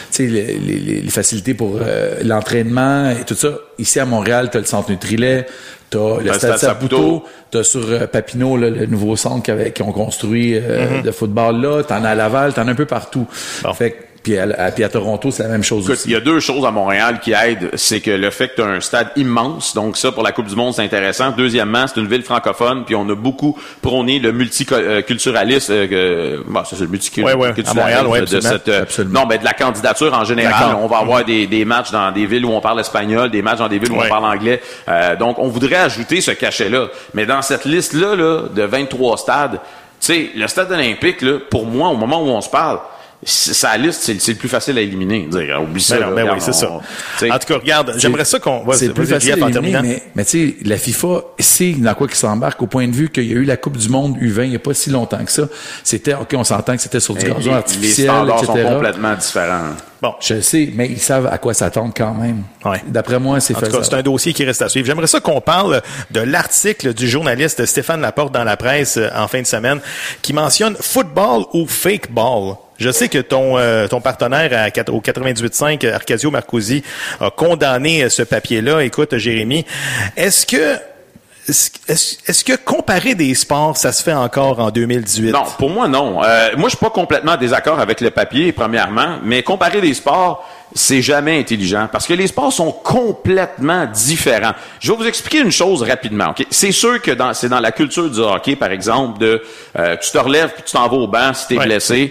les facilités pour l'entraînement et tout ça, ici à Montréal, t'as le centre Nutrilait, t'as le stade Saputo, t'as sur Papineau là, le nouveau centre qu'ils ont construit de football là, t'en as à Laval, t'en as un peu partout. Fait puis à Toronto, c'est la même chose aussi. Il y a 2 choses à Montréal qui aident. C'est que le fait que tu as un stade immense, donc ça, pour la Coupe du Monde, c'est intéressant. Deuxièmement, c'est une ville francophone, puis on a beaucoup prôné le multiculturalisme. C'est le multiculturalisme à Montréal, de cette... de la candidature en général. On va avoir des matchs dans des villes où on parle espagnol, des matchs dans des villes où on parle anglais. Donc, on voudrait ajouter ce cachet-là. Mais dans cette liste-là de 23 stades, tu sais, le stade olympique, là, pour moi, au moment où on se parle, sa liste, c'est le plus facile à éliminer. Dire, oublie ça. C'est ça. En tout cas, regarde, j'aimerais ça qu'on... C'est le plus facile à éliminer, mais tu sais, la FIFA sait dans quoi qu'il s'embarque au point de vue qu'il y a eu la Coupe du Monde U20 il n'y a pas si longtemps que ça. C'était, OK, on s'entend que c'était sur du gazon artificiel, les standards etc. sont complètement différents. Bon. Je sais, mais ils savent à quoi s'attendre quand même. D'après moi, c'est faisable. En tout cas, c'est un dossier qui reste à suivre. J'aimerais ça qu'on parle de l'article du journaliste Stéphane Laporte dans la presse en fin de semaine qui mentionne football ou fake ball. Je sais que ton partenaire au 98.5, Arcadio Marcosi, a condamné ce papier-là. Écoute, Jérémy, est-ce que est-ce que comparer des sports, ça se fait encore en 2018? Non, pour moi, non. Moi, je suis pas complètement en désaccord avec le papier, premièrement, mais comparer des sports, c'est jamais intelligent parce que les sports sont complètement différents. Je vais vous expliquer une chose rapidement. Okay? C'est sûr que c'est dans la culture du hockey, par exemple, tu te relèves puis tu t'en vas au banc si t'es blessé,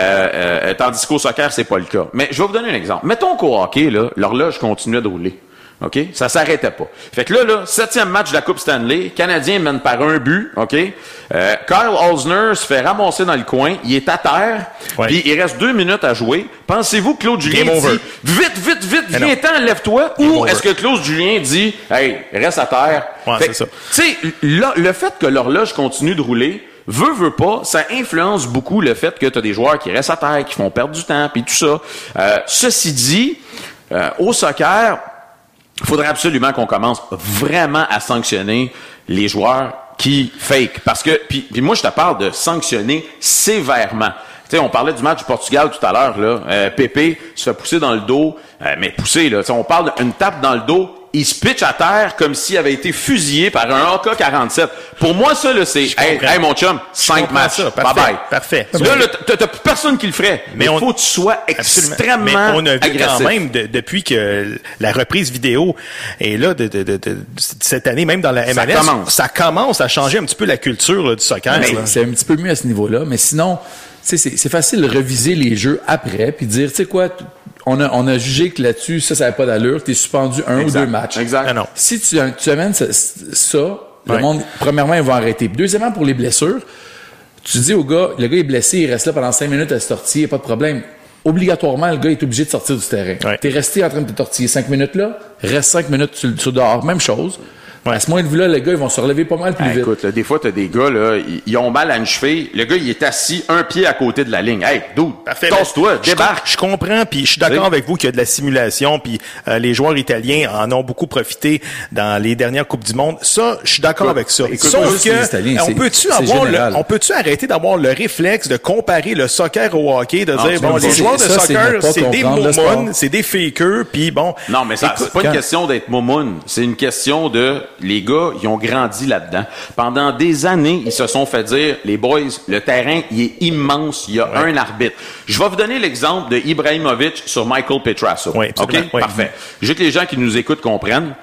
tandis qu'au soccer, c'est pas le cas. Mais je vais vous donner un exemple. Mettons qu'au hockey, là, l'horloge continuait de rouler. OK? Ça s'arrêtait pas. Fait que là, 7e match de la Coupe Stanley, Canadien mène par un but, OK? Kyle Osner se fait ramasser dans le coin, il est à terre, puis il reste 2 minutes à jouer. Pensez-vous que Claude Julien dit « Vite, viens-t'en, lève-toi » ou est-ce que Claude Julien dit « Hey, reste à terre ». C'est ça. Tu sais, le fait que l'horloge continue de rouler, veut pas, ça influence beaucoup le fait que tu as des joueurs qui restent à terre, qui font perdre du temps, puis tout ça. Ceci dit, au soccer, il faudrait absolument qu'on commence vraiment à sanctionner les joueurs qui fake. Parce que, puis moi, je te parle de sanctionner sévèrement. Tu sais, on parlait du match du Portugal tout à l'heure, là. Pépé se fait pousser dans le dos, mais pousser, là. On parle d'une tape dans le dos. Il se pitch à terre comme s'il avait été fusillé par un AK-47. Pour moi, ça, là, c'est, hey, mon chum, 5 matchs. Bye-bye. Parfait. Là, t'as plus personne qui le ferait. Mais il faut que tu sois extrêmement mais on a vu agressif. quand même, depuis que la reprise vidéo est là, de cette année, même dans la MLS, ça commence à changer un petit peu la culture là, du soccer. C'est un petit peu mieux à ce niveau-là. Mais sinon, c'est facile de reviser les jeux après puis dire, tu sais quoi, on a jugé que là-dessus, ça n'avait pas d'allure, t'es suspendu un ou 2 matchs. Exact. Ah non. Si tu amènes ça, le monde, premièrement, ils vont arrêter. Puis deuxièmement, pour les blessures, tu dis au gars, le gars est blessé, il reste là pendant 5 minutes à se tortiller, pas de problème. Obligatoirement, le gars est obligé de sortir du terrain. Ouais. T'es resté en train de te tortiller 5 minutes là, reste 5 minutes sur dehors, même chose. À ce moment de vue-là, les gars, ils vont se relever pas mal plus vite. Écoute, là, des fois, t'as des gars, là, ils ont mal à une cheville. Le gars, il est assis un pied à côté de la ligne. Hey, dude, tasse-toi, débarque. Je comprends, puis je suis d'accord avec vous qu'il y a de la simulation, puis les joueurs italiens en ont beaucoup profité dans les dernières Coupes du Monde. Ça, je suis d'accord avec ça. Sauf que, on peut-tu arrêter d'avoir le réflexe de comparer le soccer au hockey, de dire, bon, les joueurs de soccer, c'est des momounes, c'est des fakers, puis bon. Non, mais ça, c'est pas une question d'être momoun. C'est une question de, les gars, ils ont grandi là-dedans. Pendant des années, ils se sont fait dire, les boys, le terrain, il est immense, il y a un arbitre. Je vais vous donner l'exemple de Ibrahimovic sur Michael Pietrasco. OK? Parfait. Je veux que les gens qui nous écoutent comprennent.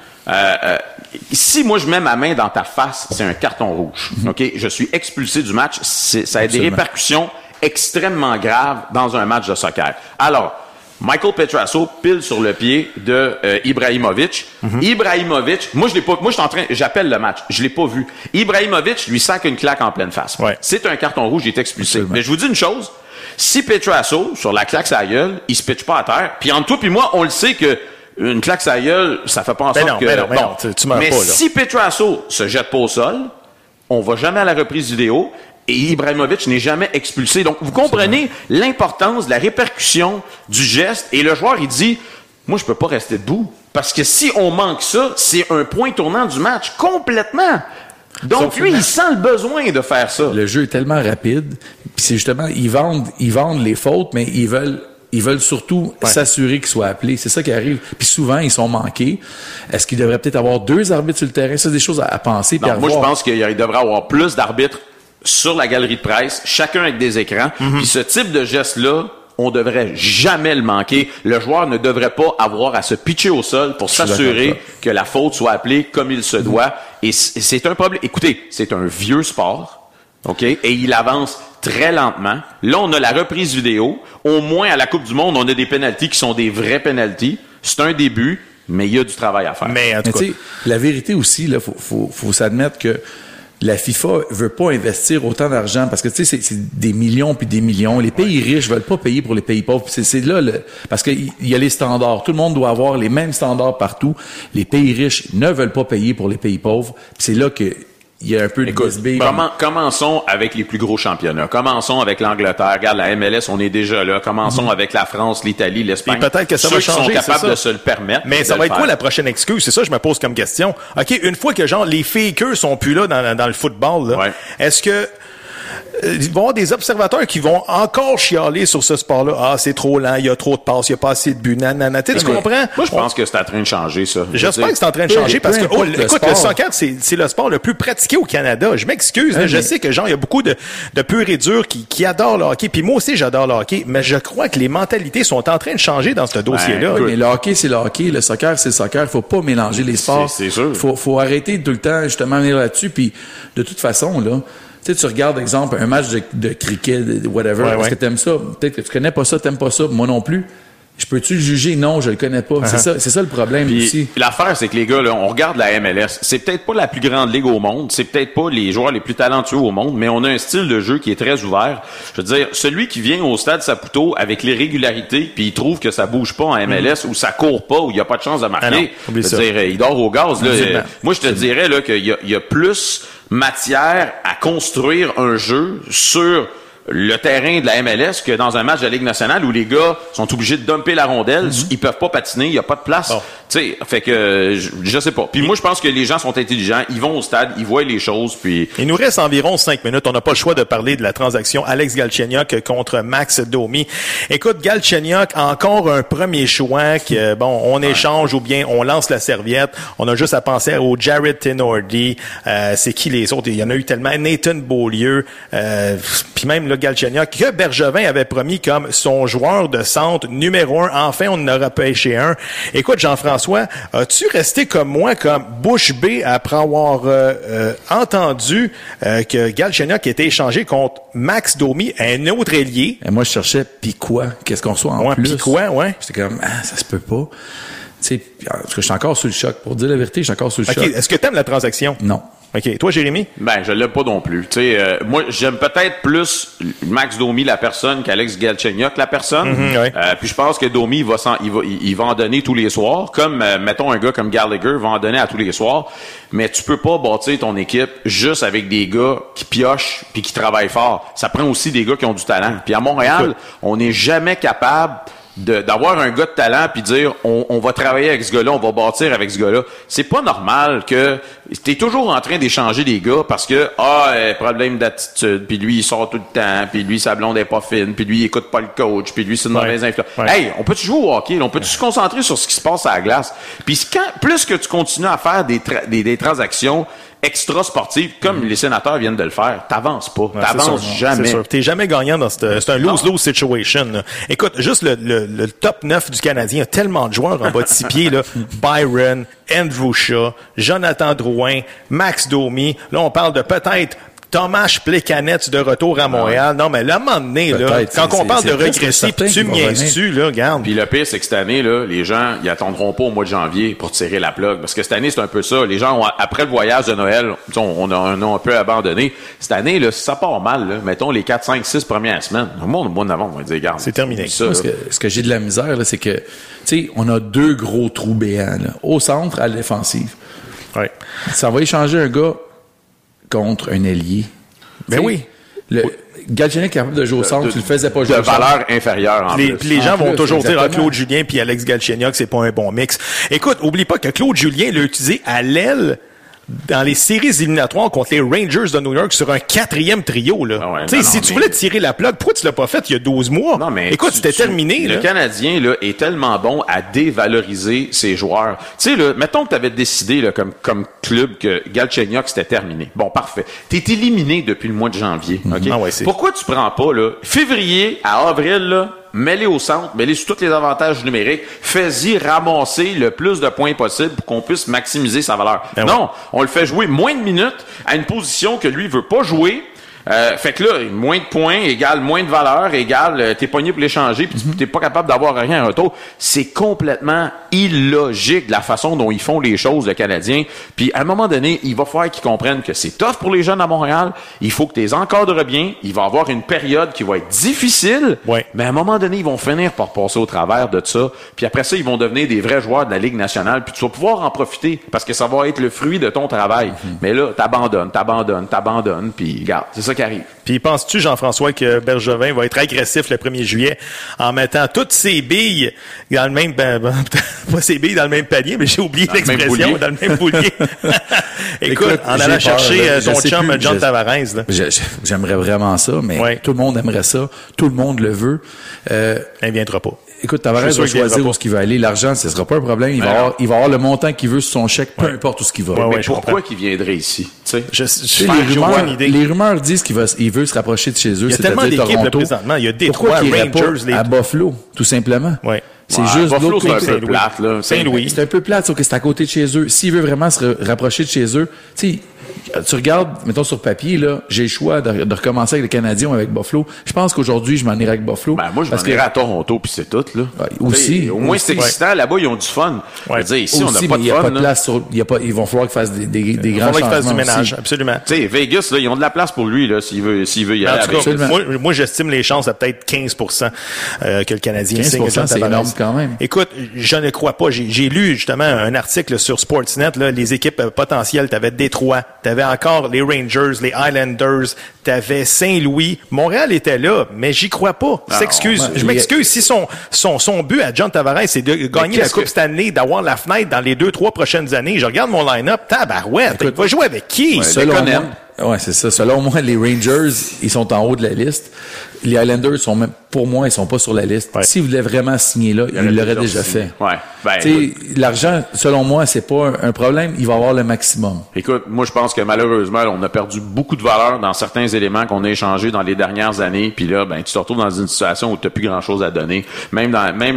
Si moi je mets ma main dans ta face, c'est un carton rouge. OK? Je suis expulsé du match. Ça a des répercussions extrêmement graves dans un match de soccer. Alors, Michael Pietrasco pile sur le pied de Ibrahimovic. Ibrahimovic, moi j'appelle le match, je l'ai pas vu. Ibrahimovic lui sac une claque en pleine face. C'est un carton rouge, il est expulsé. Mais je vous dis une chose, si Pietrasco, sur la claque sa gueule, il se pitche pas à terre, puis entre toi puis moi, on le sait que une claque sa gueule, ça fait pas en sorte que... tu meurs pas, là. Si Pietrasco se jette pas au sol, on va jamais à la reprise vidéo, et Ibrahimovic n'est jamais expulsé. Donc, vous comprenez l'importance de la répercussion du geste. Et le joueur, il dit, moi, je peux pas rester debout. Parce que si on manque ça, c'est un point tournant du match. Complètement. Donc, lui, il sent le besoin de faire ça. Le jeu est tellement rapide. Puis c'est justement, ils vendent les fautes, mais ils veulent surtout s'assurer qu'ils soient appelés. C'est ça qui arrive. Puis souvent, ils sont manqués. Est-ce qu'il devrait peut-être avoir 2 arbitres sur le terrain? Ça, c'est des choses à penser. Non, moi, je pense qu'il devrait avoir plus d'arbitres sur la galerie de presse, chacun avec des écrans. Puis ce type de geste-là, on devrait jamais le manquer. Le joueur ne devrait pas avoir à se pitcher au sol pour s'assurer que la faute soit appelée comme il se doit. Et c'est un problème. Écoutez, c'est un vieux sport, OK? Et il avance très lentement. Là, on a la reprise vidéo. Au moins, à la Coupe du Monde, on a des pénaltys qui sont des vrais pénaltys. C'est un début, mais il y a du travail à faire. Mais en tout cas, la vérité aussi, là, faut s'admettre que la FIFA veut pas investir autant d'argent parce que tu sais c'est des millions puis des millions. Les pays riches veulent pas payer pour les pays pauvres. C'est là parce que il y a les standards. Tout le monde doit avoir les mêmes standards partout. Les pays riches ne veulent pas payer pour les pays pauvres. C'est là que il y a un peu de bisbille. Commençons avec les plus gros championnats. Commençons avec l'Angleterre. Regarde, la MLS, on est déjà là. Commençons avec la France, l'Italie, l'Espagne. Et peut-être que ça va changer, ceux qui sont capables de se le permettre. Mais ça va être quoi la prochaine excuse? C'est ça que je me pose comme question. OK, une fois que genre les fakers sont plus là dans le football, là, est-ce que il va y avoir des observateurs qui vont encore chialer sur ce sport-là. Ah, c'est trop lent, il y a trop de passes, il n'y a pas assez de buts, nanana. Tu comprends? Moi, je pense que c'est en train de changer, ça. J'espère que c'est en train de changer parce que, écoute, le soccer, c'est le sport le plus pratiqué au Canada. Je m'excuse, je sais que, genre, il y a beaucoup de purs et durs qui adorent le hockey. Puis moi aussi, j'adore le hockey. Mais je crois que les mentalités sont en train de changer dans ce dossier-là. Mais le hockey, c'est le hockey. Le soccer, c'est le soccer. Il faut pas mélanger les sports. C'est sûr. Faut arrêter tout le temps, justement, venir là-dessus. Puis, de toute façon, là, tu sais, tu regardes, exemple, un match de cricket, whatever. Est-ce que t'aimes ça? Peut-être que tu connais pas ça, t'aimes pas ça. Moi non plus. Je peux-tu le juger? Non, je le connais pas. C'est ça le problème aussi. L'affaire, c'est que les gars, là, on regarde la MLS. C'est peut-être pas la plus grande ligue au monde. C'est peut-être pas les joueurs les plus talentueux au monde, mais on a un style de jeu qui est très ouvert. Je veux dire, celui qui vient au stade Saputo avec l'irrégularité, puis il trouve que ça bouge pas en MLS, ou ça court pas, ou il y a pas de chance de marquer. Je veux dire, il dort au gaz, là. Moi, je te dirais, là, qu'il y a plus matière à construire un jeu sur le terrain de la MLS que dans un match de la Ligue nationale où les gars sont obligés de dumper la rondelle, ils peuvent pas patiner, il y a pas de place. Tu sais, fait que je sais pas. Puis moi je pense que les gens sont intelligents, ils vont au stade, ils voient les choses puis il nous reste environ 5 minutes, on n'a pas le choix de parler de la transaction Alex Galchenyuk contre Max Domi. Écoute, Galchenyuk encore un premier choix que on échange ou bien on lance la serviette. On a juste à penser au Jared Tenordi, c'est qui les autres, il y en a eu tellement, Nathan Beaulieu, puis même le Galchenyuk, que Bergevin avait promis comme son joueur de centre numéro 1. Enfin, on en aura pêché un. Écoute, Jean-François, as-tu resté comme moi, comme bouche bée après avoir entendu que Galchenyuk était échangé contre Max Domi, un autre ailier? Et moi, je cherchais pis quoi? Qu'est-ce qu'on soit en plus? Pis quoi, ouais. J'étais comme, ça se peut pas. Tu sais, parce que je suis encore sous le choc. Pour dire la vérité, je suis encore sous le choc. Est-ce que t'aimes la transaction? Non. OK. Toi, Jérémy? Ben, je l'aime pas non plus. Tu sais, moi, j'aime peut-être plus Max Domi, la personne, qu'Alex Galchenyuk, la personne. Puis je pense que Domi, il va en donner tous les soirs. Comme, mettons, un gars comme Gallagher va en donner à tous les soirs. Mais tu peux pas bâtir ton équipe juste avec des gars qui piochent puis qui travaillent fort. Ça prend aussi des gars qui ont du talent. Puis à Montréal, on n'est jamais capable d'avoir un gars de talent puis dire on va travailler avec ce gars-là, on va bâtir avec ce gars-là. C'est pas normal que t'es toujours en train d'échanger des gars parce que problème d'attitude, puis lui il sort tout le temps, puis lui sa blonde est pas fine, puis lui il écoute pas le coach, puis lui c'est une mauvaise influence. Hey, on peut-tu jouer au hockey, là? On peut-tu se concentrer sur ce qui se passe à la glace? Puis plus que tu continues à faire des transactions extra sportive, comme les sénateurs viennent de le faire, t'avances pas. T'avances jamais. C'est sûr. T'es jamais gagnant dans c'est un lose-lose situation, là. Écoute, juste le top 9 du Canadien a tellement de joueurs en bas de 6 pieds, là. Byron, Andrew Shaw, Jonathan Drouin, Max Domi. Là, on parle de peut-être Tomas Plekanec de retour à Montréal. Non, mais là, à un moment donné, là, quand on parle de régresser, puis tu me niaises-tu, là, regarde. Puis le pire, c'est que cette année, là, les gens, ils attendront pas au mois de janvier pour tirer la plug. Parce que cette année, c'est un peu ça. Les gens, après le voyage de Noël, on a un peu abandonné. Cette année, là, si ça part mal, là, mettons les 4, 5, 6 premières semaines, au mois de novembre, on va dire, regarde. C'est terminé. Ça, ce que j'ai de la misère, là, c'est que, tu sais, on a 2 gros trous béants, là, au centre, à la défensive. Ouais. Ça va échanger un gars contre un ailier. Ben oui. Le Galchenyuk est capable de jouer au centre, tu le faisais pas jouer de valeur inférieure en plus. Les gens vont toujours dire Claude Julien puis Alex Galchenyuk, c'est pas un bon mix. Écoute, oublie pas que Claude Julien l'a utilisé à l'aile dans les séries éliminatoires contre les Rangers de New York sur un 4e trio, là. Tu voulais tirer la plug, pourquoi tu l'as pas fait il y a 12 mois? Non, mais écoute, c'était terminé, là. Le Canadien, là, est tellement bon à dévaloriser ses joueurs. Tu sais, là, mettons que tu avais décidé, là, comme club, que Galchenyuk, c'était terminé. Bon, parfait. T'es éliminé depuis le mois de janvier, OK? Pourquoi tu prends pas, là, février à avril, là, mets-les au centre, mets-les sur tous les avantages numériques, fais-y ramasser le plus de points possible pour qu'on puisse maximiser sa valeur. Non, on le fait jouer moins de minutes à une position que lui veut pas jouer. Fait que là, moins de points égale moins de valeur égale t'es pogné pour l'échanger puis t'es pas capable d'avoir rien en retour. C'est complètement illogique de la façon dont ils font les choses, le Canadien. Puis à un moment donné, il va falloir qu'ils comprennent que c'est tough pour les jeunes à Montréal. Il faut que tu les encadres bien. Il va y avoir une période qui va être difficile. Mais à un moment donné, ils vont finir par passer au travers de ça. Puis après ça, ils vont devenir des vrais joueurs de la Ligue nationale. Puis tu vas pouvoir en profiter parce que ça va être le fruit de ton travail. Mais là, t'abandonnes. Puis regarde, c'est ça ça qui arrive. Puis penses-tu, Jean-François, que Bergevin va être agressif le 1er juillet en mettant toutes ses billes dans le même... pas ses billes dans le même palier, mais j'ai oublié l'expression, dans le même boulier. Écoute, en allant chercher ton chum John Tavares. Là. J'aimerais vraiment ça, mais tout le monde aimerait ça. Tout le monde le veut. Il viendra pas. Écoute, Tavares va choisir où ce qu'il veut aller. L'argent, ce sera pas un problème. Il va avoir le montant qu'il veut sur son chèque, peu importe où ce qu'il va. Mais pourquoi qu'il viendrait ici? Les rumeurs disent qu'il veut se rapprocher de chez eux. Il y a tellement d'équipes là, présentement. Il y a Détroit, Rangers, à Buffalo, tout simplement. Ouais. C'est juste Buffalo, c'est un peu plate, là. Saint-Louis. C'est un peu plate, sauf que c'est à côté de chez eux. S'il veut vraiment se rapprocher de chez eux, tu sais, tu regardes, mettons sur papier, là, j'ai le choix de recommencer avec les Canadiens ou avec Buffalo. Je pense qu'aujourd'hui, je m'en irai avec Buffalo. Moi, je m'en irai à Toronto, puis c'est tout, là. Aussi. Au moins, c'est excitant. Là-bas, ils ont du fun. Je veux dire, ici, on n'a pas de fun. Il n'y a pas de place ils vont falloir qu'ils fassent des grands changements. Il va falloir qu'ils fassent du ménage, absolument. Tu sais, Vegas, là, ils ont de la place pour lui, là, s'il veut y aller. En tout cas, moi, j'estime les chances à peut-être 15% que le Canadien signe. 15%, c'est énorme quand même. Écoute, je ne crois pas. J'ai lu, justement, un article sur Sportsnet, là, les équipes potentielles. T'avais Détroit, t'avais encore les Rangers, les Islanders, t'avais Saint-Louis. Montréal était là, mais j'y crois pas. Je m'excuse. Si son but à John Tavares, c'est de gagner la Coupe Stanley, d'avoir la fenêtre dans les 2-3 prochaines années, je regarde mon line-up, tabarouette. Il va jouer avec qui? Ouais, c'est ça. Selon moi, les Rangers, ils sont en haut de la liste. Les Islanders sont même, pour moi, ils sont pas sur la liste. Ouais. S'ils voulaient vraiment signer là, ils l'auraient déjà fait. Ouais. L'argent, selon moi, c'est pas un problème. Il va avoir le maximum. Écoute, moi, je pense que malheureusement, on a perdu beaucoup de valeur dans certains éléments qu'on a échangés dans les dernières années. Puis là, tu te retrouves dans une situation où t'as plus grand chose à donner. Même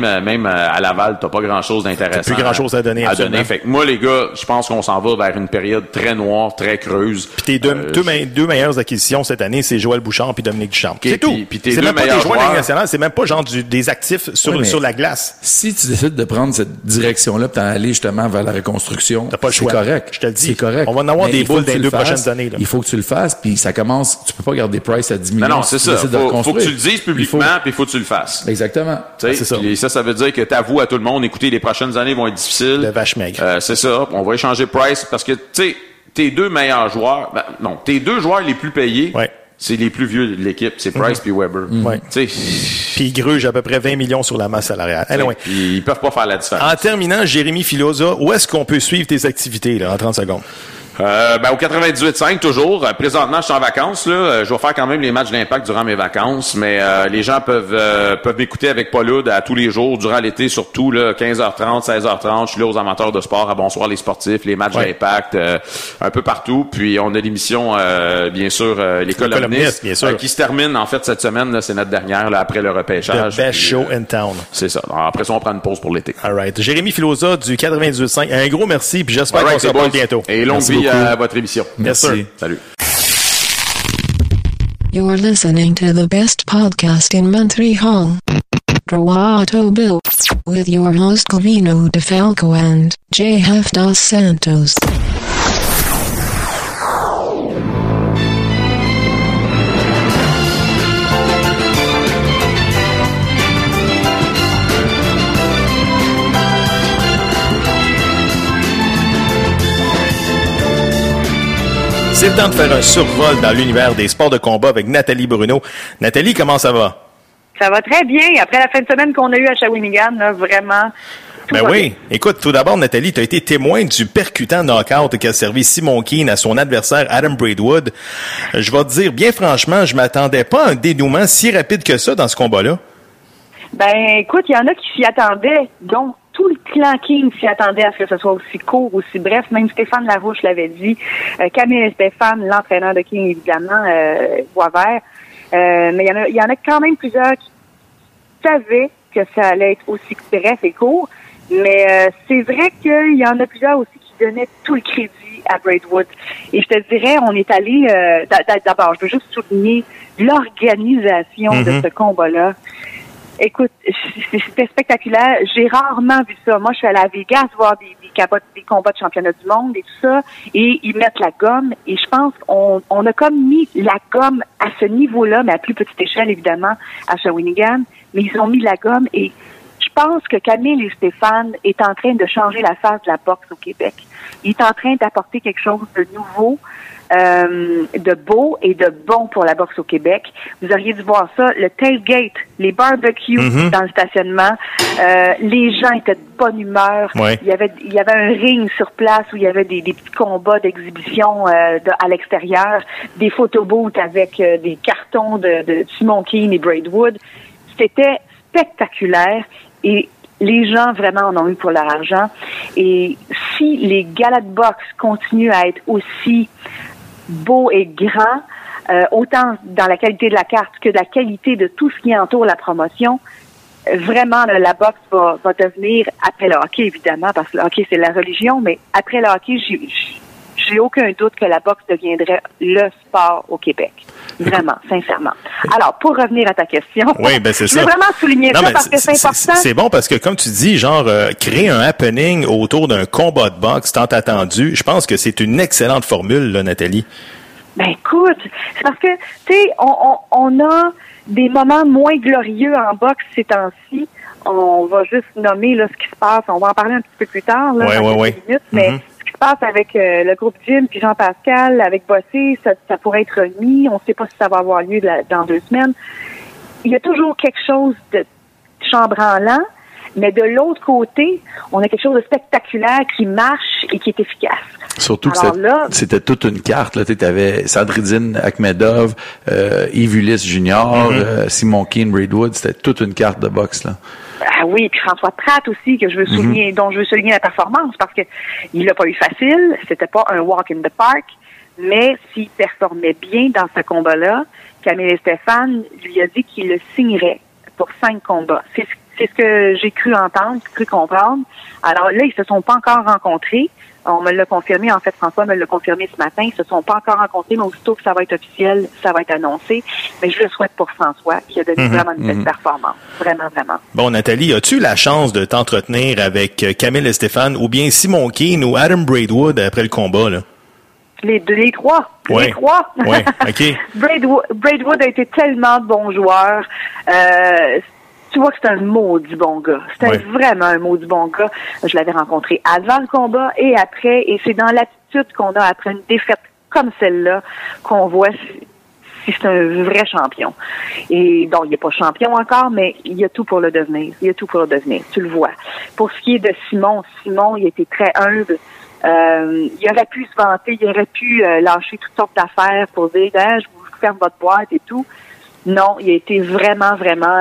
à Laval, t'as pas grand chose d'intéressant. T'as plus grand chose à donner. Fait que moi, les gars, je pense qu'on s'en va vers une période très noire, très creuse. Puis tes deux meilleures acquisitions cette année, c'est Joël Bouchard puis Dominique Duchamp. C'est tout. C'est même pas des joueurs de la Ligue nationale, c'est même pas genre des actifs sur la glace. Si tu décides de prendre cette direction-là puis d'aller justement vers la reconstruction, t'as pas le choix. C'est correct. Je te le dis. C'est correct. On va en avoir des boules dans les 2 prochaines années. Là. Il faut que tu le fasses, puis ça commence. Tu peux pas garder Price à 10 millions. Non, c'est ça. Faut que tu le dises publiquement, puis il faut que tu le fasses. Exactement. C'est ça. Et ça veut dire que t'avoues à tout le monde, écoutez, les prochaines années vont être difficiles. De vache maigre. C'est ça. On va échanger Price parce que, tu sais, tes deux meilleurs joueurs, tes 2 joueurs les plus payés, c'est les plus vieux de l'équipe, c'est Price puis Weber. Puis ils grugent à peu près 20 millions sur la masse salariale. Puis ils peuvent pas faire la différence. En terminant, Jérémy Filosa, où est-ce qu'on peut suivre tes activités là, en 30 secondes? Au 98.5 toujours. Présentement, je suis en vacances. Là, je vais faire quand même les matchs d'Impact durant mes vacances, mais les gens peuvent m'écouter avec Paul Hood à tous les jours durant l'été, surtout là, 15h30, 16h30. Je suis là aux amateurs de sport, à Bonsoir les sportifs, les matchs d'Impact, un peu partout. Puis on a l'émission, bien sûr, les columnistes, bien sûr. qui se termine en fait cette semaine. Là, c'est notre dernière là, après le repêchage. The best show in town. C'est ça. Alors, après ça, on prend une pause pour l'été. All right. Jérémy Filosa du 98.5. Un gros merci. Puis j'espère qu'on se reparle bientôt. Et longue vie à votre émission. Merci. Salut. You're listening to the best podcast in Montreal. Droit au but. With your host Covino DeFalco and J.F. Dos Santos. C'est le temps de faire un survol dans l'univers des sports de combat avec Nathalie Bruno. Nathalie, comment ça va? Ça va très bien. Après la fin de semaine qu'on a eue à Shawinigan, là, vraiment... Ben oui. Bien. Écoute, tout d'abord, Nathalie, tu as été témoin du percutant knockout qui a servi Simon Keane à son adversaire Adam Braidwood. Je vais te dire, bien franchement, je m'attendais pas à un dénouement si rapide que ça dans ce combat-là. Ben, écoute, il y en a qui s'y attendaient, donc tout le clan King s'y attendait à ce que ce soit aussi court, aussi bref. Même Stéphane Larouche l'avait dit. Camille et Stéphane, l'entraîneur de King, évidemment, Boisvert. Mais il y en a quand même plusieurs qui savaient que ça allait être aussi bref et court. Mais c'est vrai qu'il y en a plusieurs aussi qui donnaient tout le crédit à Braidwood. Et je te dirais, on est allé... d'abord, je veux juste souligner l'organisation de ce combat-là. Écoute, c'était spectaculaire. J'ai rarement vu ça. Moi, je suis allée à Vegas voir des combats de championnat du monde et tout ça, et ils mettent la gomme. Et je pense qu'on a comme mis la gomme à ce niveau-là, mais à plus petite échelle, évidemment, à Shawinigan. Mais ils ont mis la gomme et Je pense que Camille et Stéphane est en train de changer la face de la boxe au Québec. Il est en train d'apporter quelque chose de nouveau, de beau et de bon pour la boxe au Québec. Vous auriez dû voir ça, le tailgate, les barbecues dans le stationnement. Les gens étaient de bonne humeur. Ouais. Il y avait un ring sur place où il y avait des petits combats d'exhibition à l'extérieur, des photobooths avec des cartons de Simon Keane et Braidwood. C'était spectaculaire et les gens vraiment en ont eu pour leur argent. Et si les galas de boxe continuent à être aussi beaux et grands, autant dans la qualité de la carte que de la qualité de tout ce qui entoure la promotion, vraiment là, la boxe va devenir, après le hockey évidemment, parce que le hockey c'est la religion, mais après le hockey, j'ai aucun doute que la boxe deviendrait le sport au Québec. Vraiment, sincèrement. Alors, pour revenir à ta question, oui, ben c'est je veux vraiment souligner ça parce que c'est important. C'est bon parce que, comme tu dis, genre, créer un happening autour d'un combat de boxe tant attendu, je pense que c'est une excellente formule, là, Nathalie. Ben écoute, c'est parce que, tu sais, on a des moments moins glorieux en boxe ces temps-ci. On va juste nommer là, ce qui se passe. On va en parler un petit peu plus tard, là, dans quelques minutes, mais ce qui se passe avec le groupe Jim puis Jean-Pascal, avec Bossé, ça pourrait être remis. On ne sait pas si ça va avoir lieu dans 2 semaines. Il y a toujours quelque chose de chambranlant, mais de l'autre côté, on a quelque chose de spectaculaire qui marche et qui est efficace. Surtout que c'était toute une carte. Tu avais Sadridine Akhmedov, Yves Ulysse Junior, Simon Keane, Braidwood. C'était toute une carte de boxe, là. Ah oui, puis François Pratt aussi, que je veux souligner, dont je veux souligner la performance, parce que il l'a pas eu facile. C'était pas un walk in the park, mais s'il performait bien dans ce combat-là, Camille et Stéphane lui a dit qu'il le signerait pour 5 combats. C'est ce que j'ai cru entendre, cru comprendre. Alors là, ils se sont pas encore rencontrés. On me l'a confirmé, en fait, François me l'a confirmé ce matin. Ils se sont pas encore rencontrés, mais aussitôt que ça va être officiel, ça va être annoncé. Mais je le souhaite pour François, qui a donné vraiment une belle performance. Vraiment, vraiment. Bon, Nathalie, as-tu la chance de t'entretenir avec Camille et Stéphane ou bien Simon Keane ou Adam Braidwood après le combat, là? Les trois. Ouais. Les trois. Ouais, OK. Braidwood a été tellement bon joueur. Tu vois que c'est un maudit bon gars. C'était vraiment un maudit bon gars. Je l'avais rencontré avant le combat et après. Et c'est dans l'attitude qu'on a après une défaite comme celle-là qu'on voit si c'est un vrai champion. Et donc, il n'est pas champion encore, mais il y a tout pour le devenir. Il y a tout pour le devenir. Tu le vois. Pour ce qui est de Simon, il était très humble. Il aurait pu se vanter, il aurait pu lâcher toutes sortes d'affaires pour dire « je vous ferme votre boîte et tout ». Non, il a été vraiment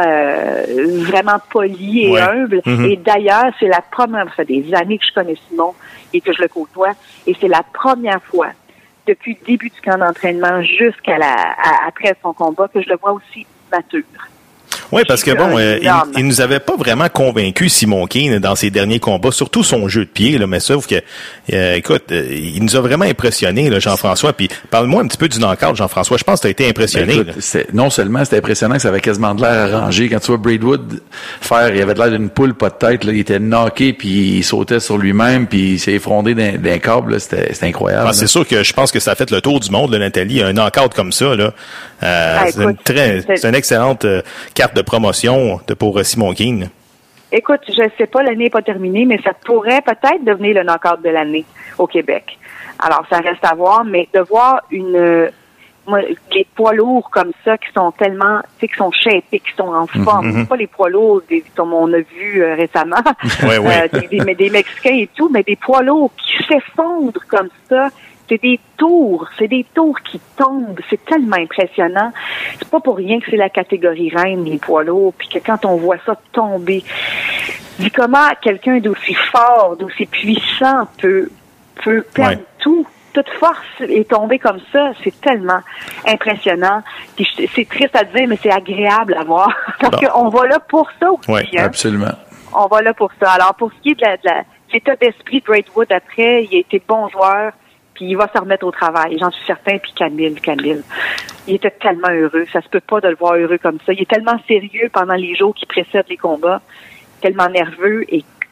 poli et humble. Et d'ailleurs, c'est la première, ça fait des années que je connais Simon et que je le côtoie, et c'est la première fois depuis le début du camp d'entraînement jusqu'à après son combat que je le vois aussi mature. Oui, parce que bon, il nous avait pas vraiment convaincu, Simon Keane, dans ses derniers combats, surtout son jeu de pied, là, mais sauf que, écoute, il nous a vraiment impressionné, là, Jean-François. Puis parle-moi un petit peu du knockout, Jean-François. Je pense que tu as été impressionné. Ben, écoute, non seulement c'était impressionnant, que ça avait quasiment de l'air arrangé. Quand tu vois Braidwood faire, il avait de l'air d'une poule, pas de tête, là, il était knocké, puis il sautait sur lui-même, puis il s'est effondré d'un câble, là, c'était incroyable. Ah, c'est sûr que je pense que ça a fait le tour du monde, là, Nathalie. Un knockout comme ça, là, c'est une excellente carte de promotion pour Simon Keane. Écoute, je sais pas, l'année n'est pas terminée, mais ça pourrait peut-être devenir le knockout de l'année au Québec. Alors, ça reste à voir, mais de voir les poids lourds comme ça qui sont tellement, tu sais, qui sont shapés, qui sont en forme. C'est pas les poids lourds comme on a vu récemment, des Mexicains et tout, mais des poids lourds qui s'effondrent comme ça. C'est des tours qui tombent, c'est tellement impressionnant. C'est pas pour rien que c'est la catégorie reine, les poids lourds, puis que quand on voit ça tomber, dis comment quelqu'un d'aussi fort, d'aussi puissant peut perdre toute force et tomber comme ça, c'est tellement impressionnant. Puis c'est triste à dire, mais c'est agréable à voir. Parce qu'on va là pour ça aussi. Oui, absolument. On va là pour ça. Alors, pour ce qui est de l'état d'esprit de Braidwood après, il a été bon joueur. Puis il va se remettre au travail, j'en suis certain. Puis Camille, il était tellement heureux. Ça se peut pas de le voir heureux comme ça. Il est tellement sérieux pendant les jours qui précèdent les combats, tellement nerveux. Et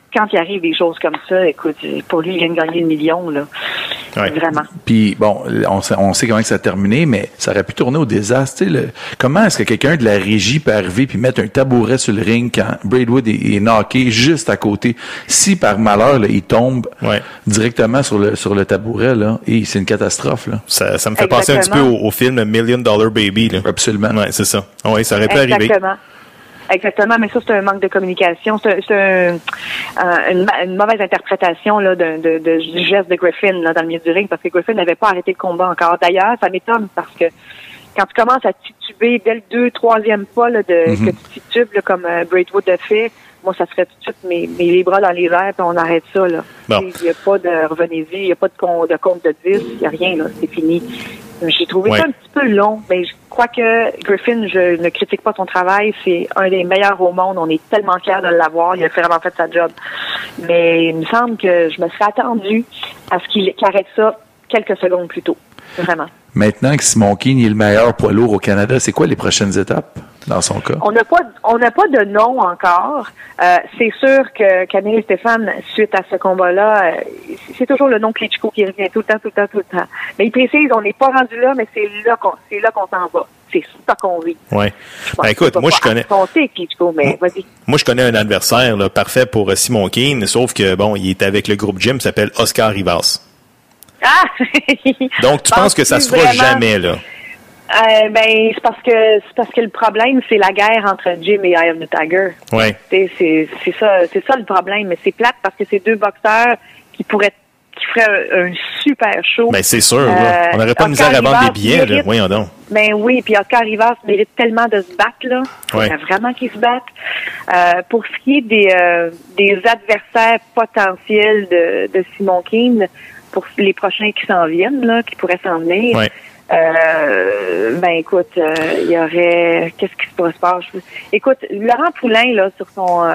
quand il arrive des choses comme ça, écoute, pour lui, il vient de gagner 1 million, là. Ouais. Vraiment. Puis, bon, on sait comment que ça a terminé, mais ça aurait pu tourner au désastre. Comment est-ce que quelqu'un de la régie peut arriver puis mettre un tabouret sur le ring quand Braidwood est knocké juste à côté? Si, par malheur, là, il tombe directement sur le tabouret, là, et c'est une catastrophe, là. Ça me fait penser un petit peu au film $1 Million Baby, là. Absolument. Ouais, c'est ça. Oui, ça aurait pu arriver. Exactement, mais ça, c'est un manque de communication. C'est une mauvaise interprétation là, du geste de Griffin là, dans le milieu du ring, parce que Griffin n'avait pas arrêté le combat encore. D'ailleurs, ça m'étonne parce que quand tu commences à tituber dès le 2e, 3e pas là, que tu titubes là, comme Braidwood a fait, moi, ça serait tout de suite les bras dans les airs, puis on arrête ça. Là. Bon. Il n'y a pas de revenez-y, il n'y a pas de compte de 10, il n'y a rien, là, c'est fini. J'ai trouvé ça un petit peu long, mais je crois que Griffin, je ne critique pas son travail, c'est un des meilleurs au monde, on est tellement fiers de l'avoir, il a vraiment fait sa job. Mais il me semble que je me serais attendue à ce qu'il arrête ça quelques secondes plus tôt, vraiment. Maintenant que Simon Keane est le meilleur poids lourd au Canada, c'est quoi les prochaines étapes dans son cas? On n'a pas de nom encore. C'est sûr que Camille et Stéphane, suite à ce combat-là, c'est toujours le nom Klitschko qui revient tout le temps. Mais il précise, on n'est pas rendu là, mais c'est là qu'on s'en va. C'est ça qu'on vit. Ouais. Écoute, moi je connais. Klitschko, mais vas-y. Moi je connais un adversaire là, parfait pour Simon Keane, sauf que bon, il est avec le groupe gym, s'appelle Oscar Rivas. Ah! Donc, tu penses que ça se fera jamais, là? C'est parce que le problème, c'est la guerre entre Jim et Eye of the Tiger. Ouais. C'est ça le problème. Mais c'est plate parce que c'est deux boxeurs qui feraient un super show. Ben, c'est sûr, là. On n'aurait pas de misère à vendre des billets, là. Voyons donc. Ben oui, puis Oscar Rivas mérite tellement de se battre, là. Ouais. Il faut vraiment qu'il se batte. Pour ce qui est des adversaires potentiels de Simon Keane, pour les prochains qui s'en viennent, là, qui pourraient s'en venir. Ouais. Écoute, il y aurait... Qu'est-ce qui pourrait se passer? Écoute, Laurent Poulain, là, sur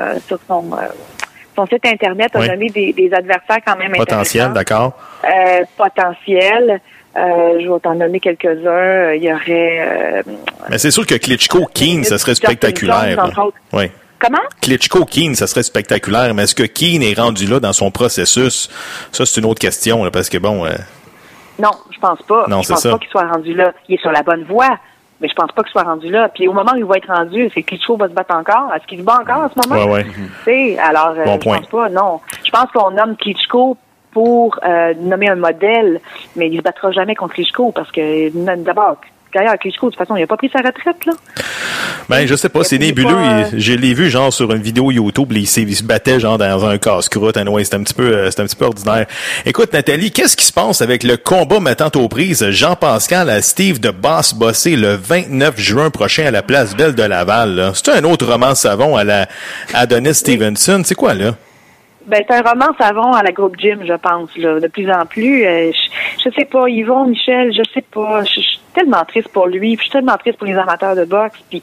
son site Internet, a nommé des adversaires quand même potentiels, d'accord. Potentiels. Je vais t'en nommer quelques-uns. Il y aurait... Mais c'est sûr que Klitschko-Keane, ça serait spectaculaire. Oui. Comment? Klitschko-Keane, ça serait spectaculaire, mais est-ce que Keane est rendu là dans son processus? Ça, c'est une autre question, là, parce que bon... Non, je pense pas. Non, je pense pas qu'il soit rendu là. Il est sur la bonne voie, mais je pense pas qu'il soit rendu là. Puis au moment où il va être rendu, c'est Klitschko va se battre encore. Est-ce qu'il se bat encore en ce moment? Oui. Alors, je pense pas, non. Je pense qu'on nomme Klitschko pour nommer un modèle, mais il se battra jamais contre Klitschko parce que, d'abord, d'ailleurs, Klitschko, de toute façon, il n'a pas pris sa retraite, là. Ben, je sais pas, c'est nébuleux. Je l'ai vu, genre, sur une vidéo YouTube, il se battait, genre, dans un casse-croûte. C'était un petit peu ordinaire. Écoute, Nathalie, qu'est-ce qui se passe avec le combat mettant aux prises Jean-Pascal à Steve de Boss Bossé le 29 juin prochain à la Place Belle de Laval, là? C'est un autre roman savon à la Adonis Stevenson. C'est quoi, là? Ben, c'est un roman savon à la groupe gym, je pense, là, de plus en plus. Je sais pas, Yvon, Michel, je sais pas. Je suis tellement triste pour lui, puis je suis tellement triste pour les amateurs de boxe, puis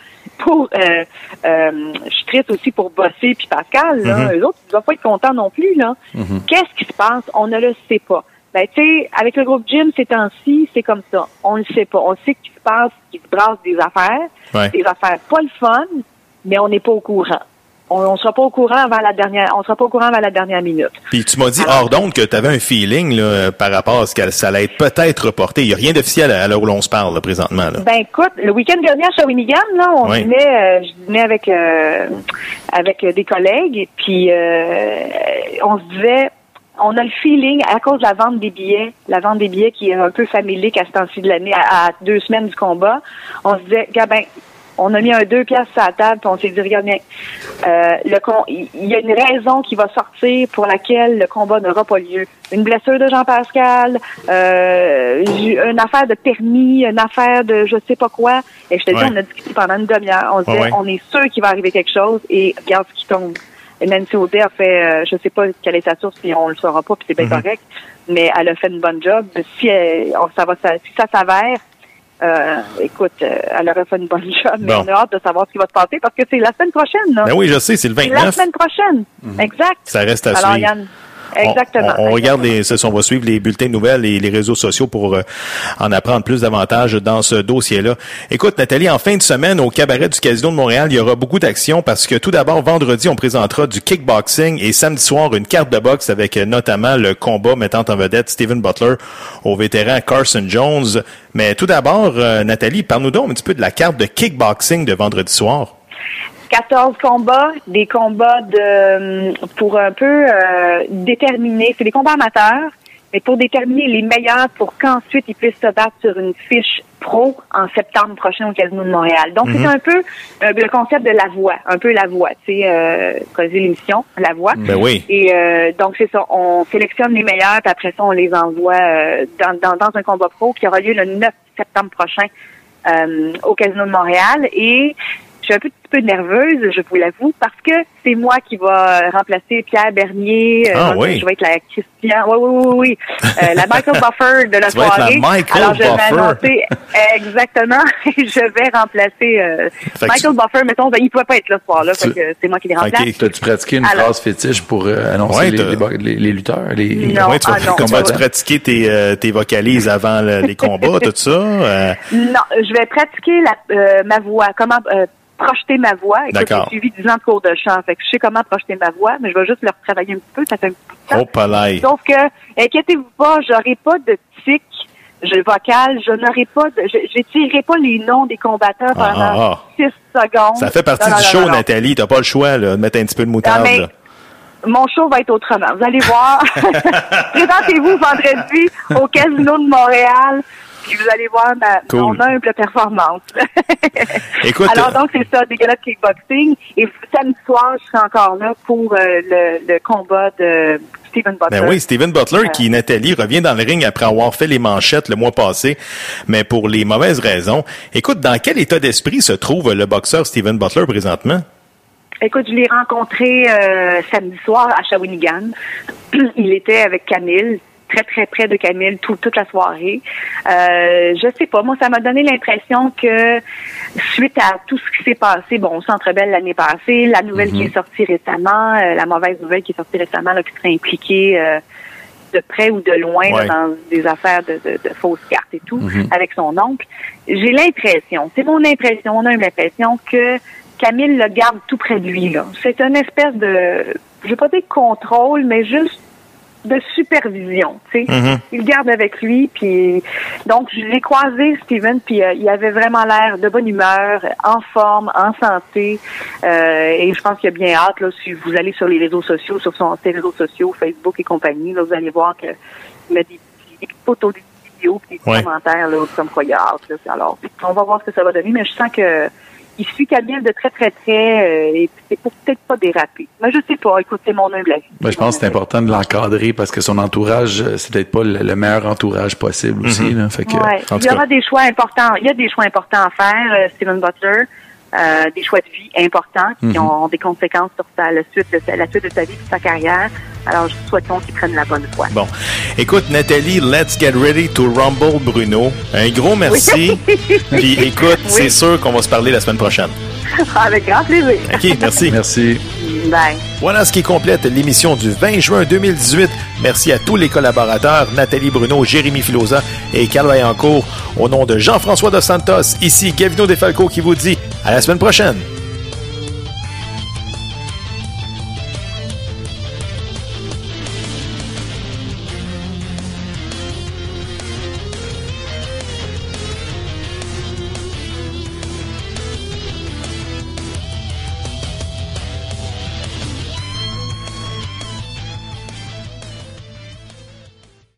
je suis triste aussi pour Bossé puis Pascal, là. Eux autres, ils doivent pas être contents non plus, là. Qu'est-ce qui se passe? On ne le sait pas. Ben, tu sais, avec le groupe gym, ces temps-ci, c'est comme ça. On le sait pas. On sait qu'il se passe, qu'il se brasse des affaires pas le fun, mais on n'est pas au courant. On sera pas au courant avant la dernière minute. Puis tu m'as dit hors d'onde que tu avais un feeling là, par rapport à ce que ça allait être peut-être reporté. Il n'y a rien d'officiel à l'heure où l'on se parle là, présentement. Là. Ben écoute, le week-end dernier à Shawinigan, là, je dînais avec des collègues, puis on se disait, on a le feeling à cause de la vente des billets qui est un peu familique à ce temps-ci de l'année, à 2 semaines du combat. On se disait, on a mis un 2 piastres sur la table, puis on s'est dit, regarde bien, il y a une raison qui va sortir pour laquelle le combat n'aura pas lieu. Une blessure de Jean-Pascal, une affaire de permis, une affaire de je sais pas quoi. Et je te dis, on a discuté pendant une demi-heure. On se disait, on est sûr qu'il va arriver quelque chose, et regarde ce qui tombe. Et Nancy Audet a fait, je sais pas quelle est sa source, puis on le saura pas, puis c'est bien correct, mais elle a fait une bonne job. Si ça s'avère, écoute, elle aurait fait une bonne job, mais on a hâte de savoir ce qui va se passer parce que c'est la semaine prochaine. Là. Ben oui, je sais, c'est le 29. C'est la semaine prochaine. Exact. Ça reste à suivre. Yann, Exactement. On regarde on va suivre les bulletins de nouvelles et les réseaux sociaux pour en apprendre plus davantage dans ce dossier-là. Écoute, Nathalie, en fin de semaine, au cabaret du Casino de Montréal, il y aura beaucoup d'actions parce que tout d'abord, vendredi, on présentera du kickboxing et samedi soir, une carte de boxe avec notamment le combat mettant en vedette Steven Butler au vétéran Carson Jones. Mais tout d'abord, Nathalie, parle-nous donc un petit peu de la carte de kickboxing de vendredi soir. 14 combats, des combats pour un peu déterminer, c'est des combats amateurs, mais pour déterminer les meilleurs pour qu'ensuite ils puissent se battre sur une fiche pro en septembre prochain au Casino de Montréal. Donc c'est un peu le concept de la voix, tu sais, creuser l'émission, la voix. Ben oui. Et donc c'est ça, on sélectionne les meilleurs, puis après ça on les envoie dans un combat pro qui aura lieu le 9 septembre prochain au Casino de Montréal. Et je suis un petit peu nerveuse, je vous l'avoue, parce que c'est moi qui va remplacer Pierre Bernier. Oui. Je vais être la Christian. Oui. La Michael Buffer de la soirée. Alors, je vais annoncer exactement. Je vais remplacer Michael Buffer. Mettons, il ne pouvait pas être là ce soir-là, fait que c'est moi qui les remplace. Okay. T'as-tu pratiqué une phrase fétiche pour annoncer les lutteurs? Non, tu vas pratiquer tes vocalises avant les combats, tout ça? Non, je vais pratiquer ma voix. Comment projeter ma voix. Écoute, j'ai suivi 10 ans de cours de chant, fait que je sais comment projeter ma voix, mais je vais juste le retravailler un petit peu, ça fait un petit peu de temps. Oh, palais. Sauf que, inquiétez-vous pas, j'aurai pas de tic vocal, j'étirerai pas les noms des combattants pendant 6 secondes. Ça fait partie du show, Nathalie, t'as pas le choix là, de mettre un petit peu de moutarde. Non, mon show va être autrement. Vous allez voir. Présentez-vous vendredi au Casino de Montréal. Puis vous allez voir mon humble performance. Écoute, alors donc c'est ça, des galas de kickboxing. Et samedi soir, je serai encore là pour le combat de Steven Butler. Ben oui, Steven Butler qui, Nathalie, revient dans le ring après avoir fait les manchettes le mois passé, mais pour les mauvaises raisons. Écoute, dans quel état d'esprit se trouve le boxeur Steven Butler présentement? Écoute, je l'ai rencontré samedi soir à Shawinigan. Il était avec Camille. Très, très près de Camille toute la soirée. Je sais pas, moi, ça m'a donné l'impression que suite à tout ce qui s'est passé, au Centre Bell l'année passée, la nouvelle qui est sortie récemment, la mauvaise nouvelle qui est sortie récemment, là, qui serait impliquée de près ou de loin là, dans des affaires de fausses cartes et tout, avec son oncle. J'ai l'impression, c'est mon impression, on a l'impression que Camille le garde tout près de lui, là. C'est une espèce de, je vais pas dire contrôle, mais juste de supervision, tu sais. Il le garde avec lui, puis donc je l'ai croisé, Steven, puis il avait vraiment l'air de bonne humeur, en forme, en santé, et je pense qu'il a bien hâte, là, si vous allez sur les réseaux sociaux, sur ses réseaux sociaux, Facebook et compagnie, là, vous allez voir qu'il met des photos, des vidéos, des commentaires, là, comme quoi il a hâte, là. Alors, on va voir ce que ça va donner, mais je sens que il suit Camille de très, très près et c'est pour peut-être pas déraper. Mais je sais pas. Écoute, c'est mon humble avis. Je pense que c'est important de l'encadrer parce que son entourage, c'est peut-être pas le meilleur entourage possible aussi. Là. Fait que, il y aura des choix importants. Il y a des choix importants à faire, Steven Butler. Des choix de vie importants qui ont des conséquences sur la suite de sa vie, de sa carrière. Alors, souhaitons qu'ils prennent la bonne voie. Bon. Écoute, Nathalie, let's get ready to rumble Bruno. Un gros merci. Puis écoute, c'est sûr qu'on va se parler la semaine prochaine. Avec grand plaisir. OK, merci. Merci. Bye. Voilà ce qui complète l'émission du 20 juin 2018. Merci à tous les collaborateurs, Nathalie Bruno, Jérémy Filosa et Carl Vaillancourt. Au nom de Jean-François Dos Santos, ici Gavino Defalco qui vous dit à la semaine prochaine.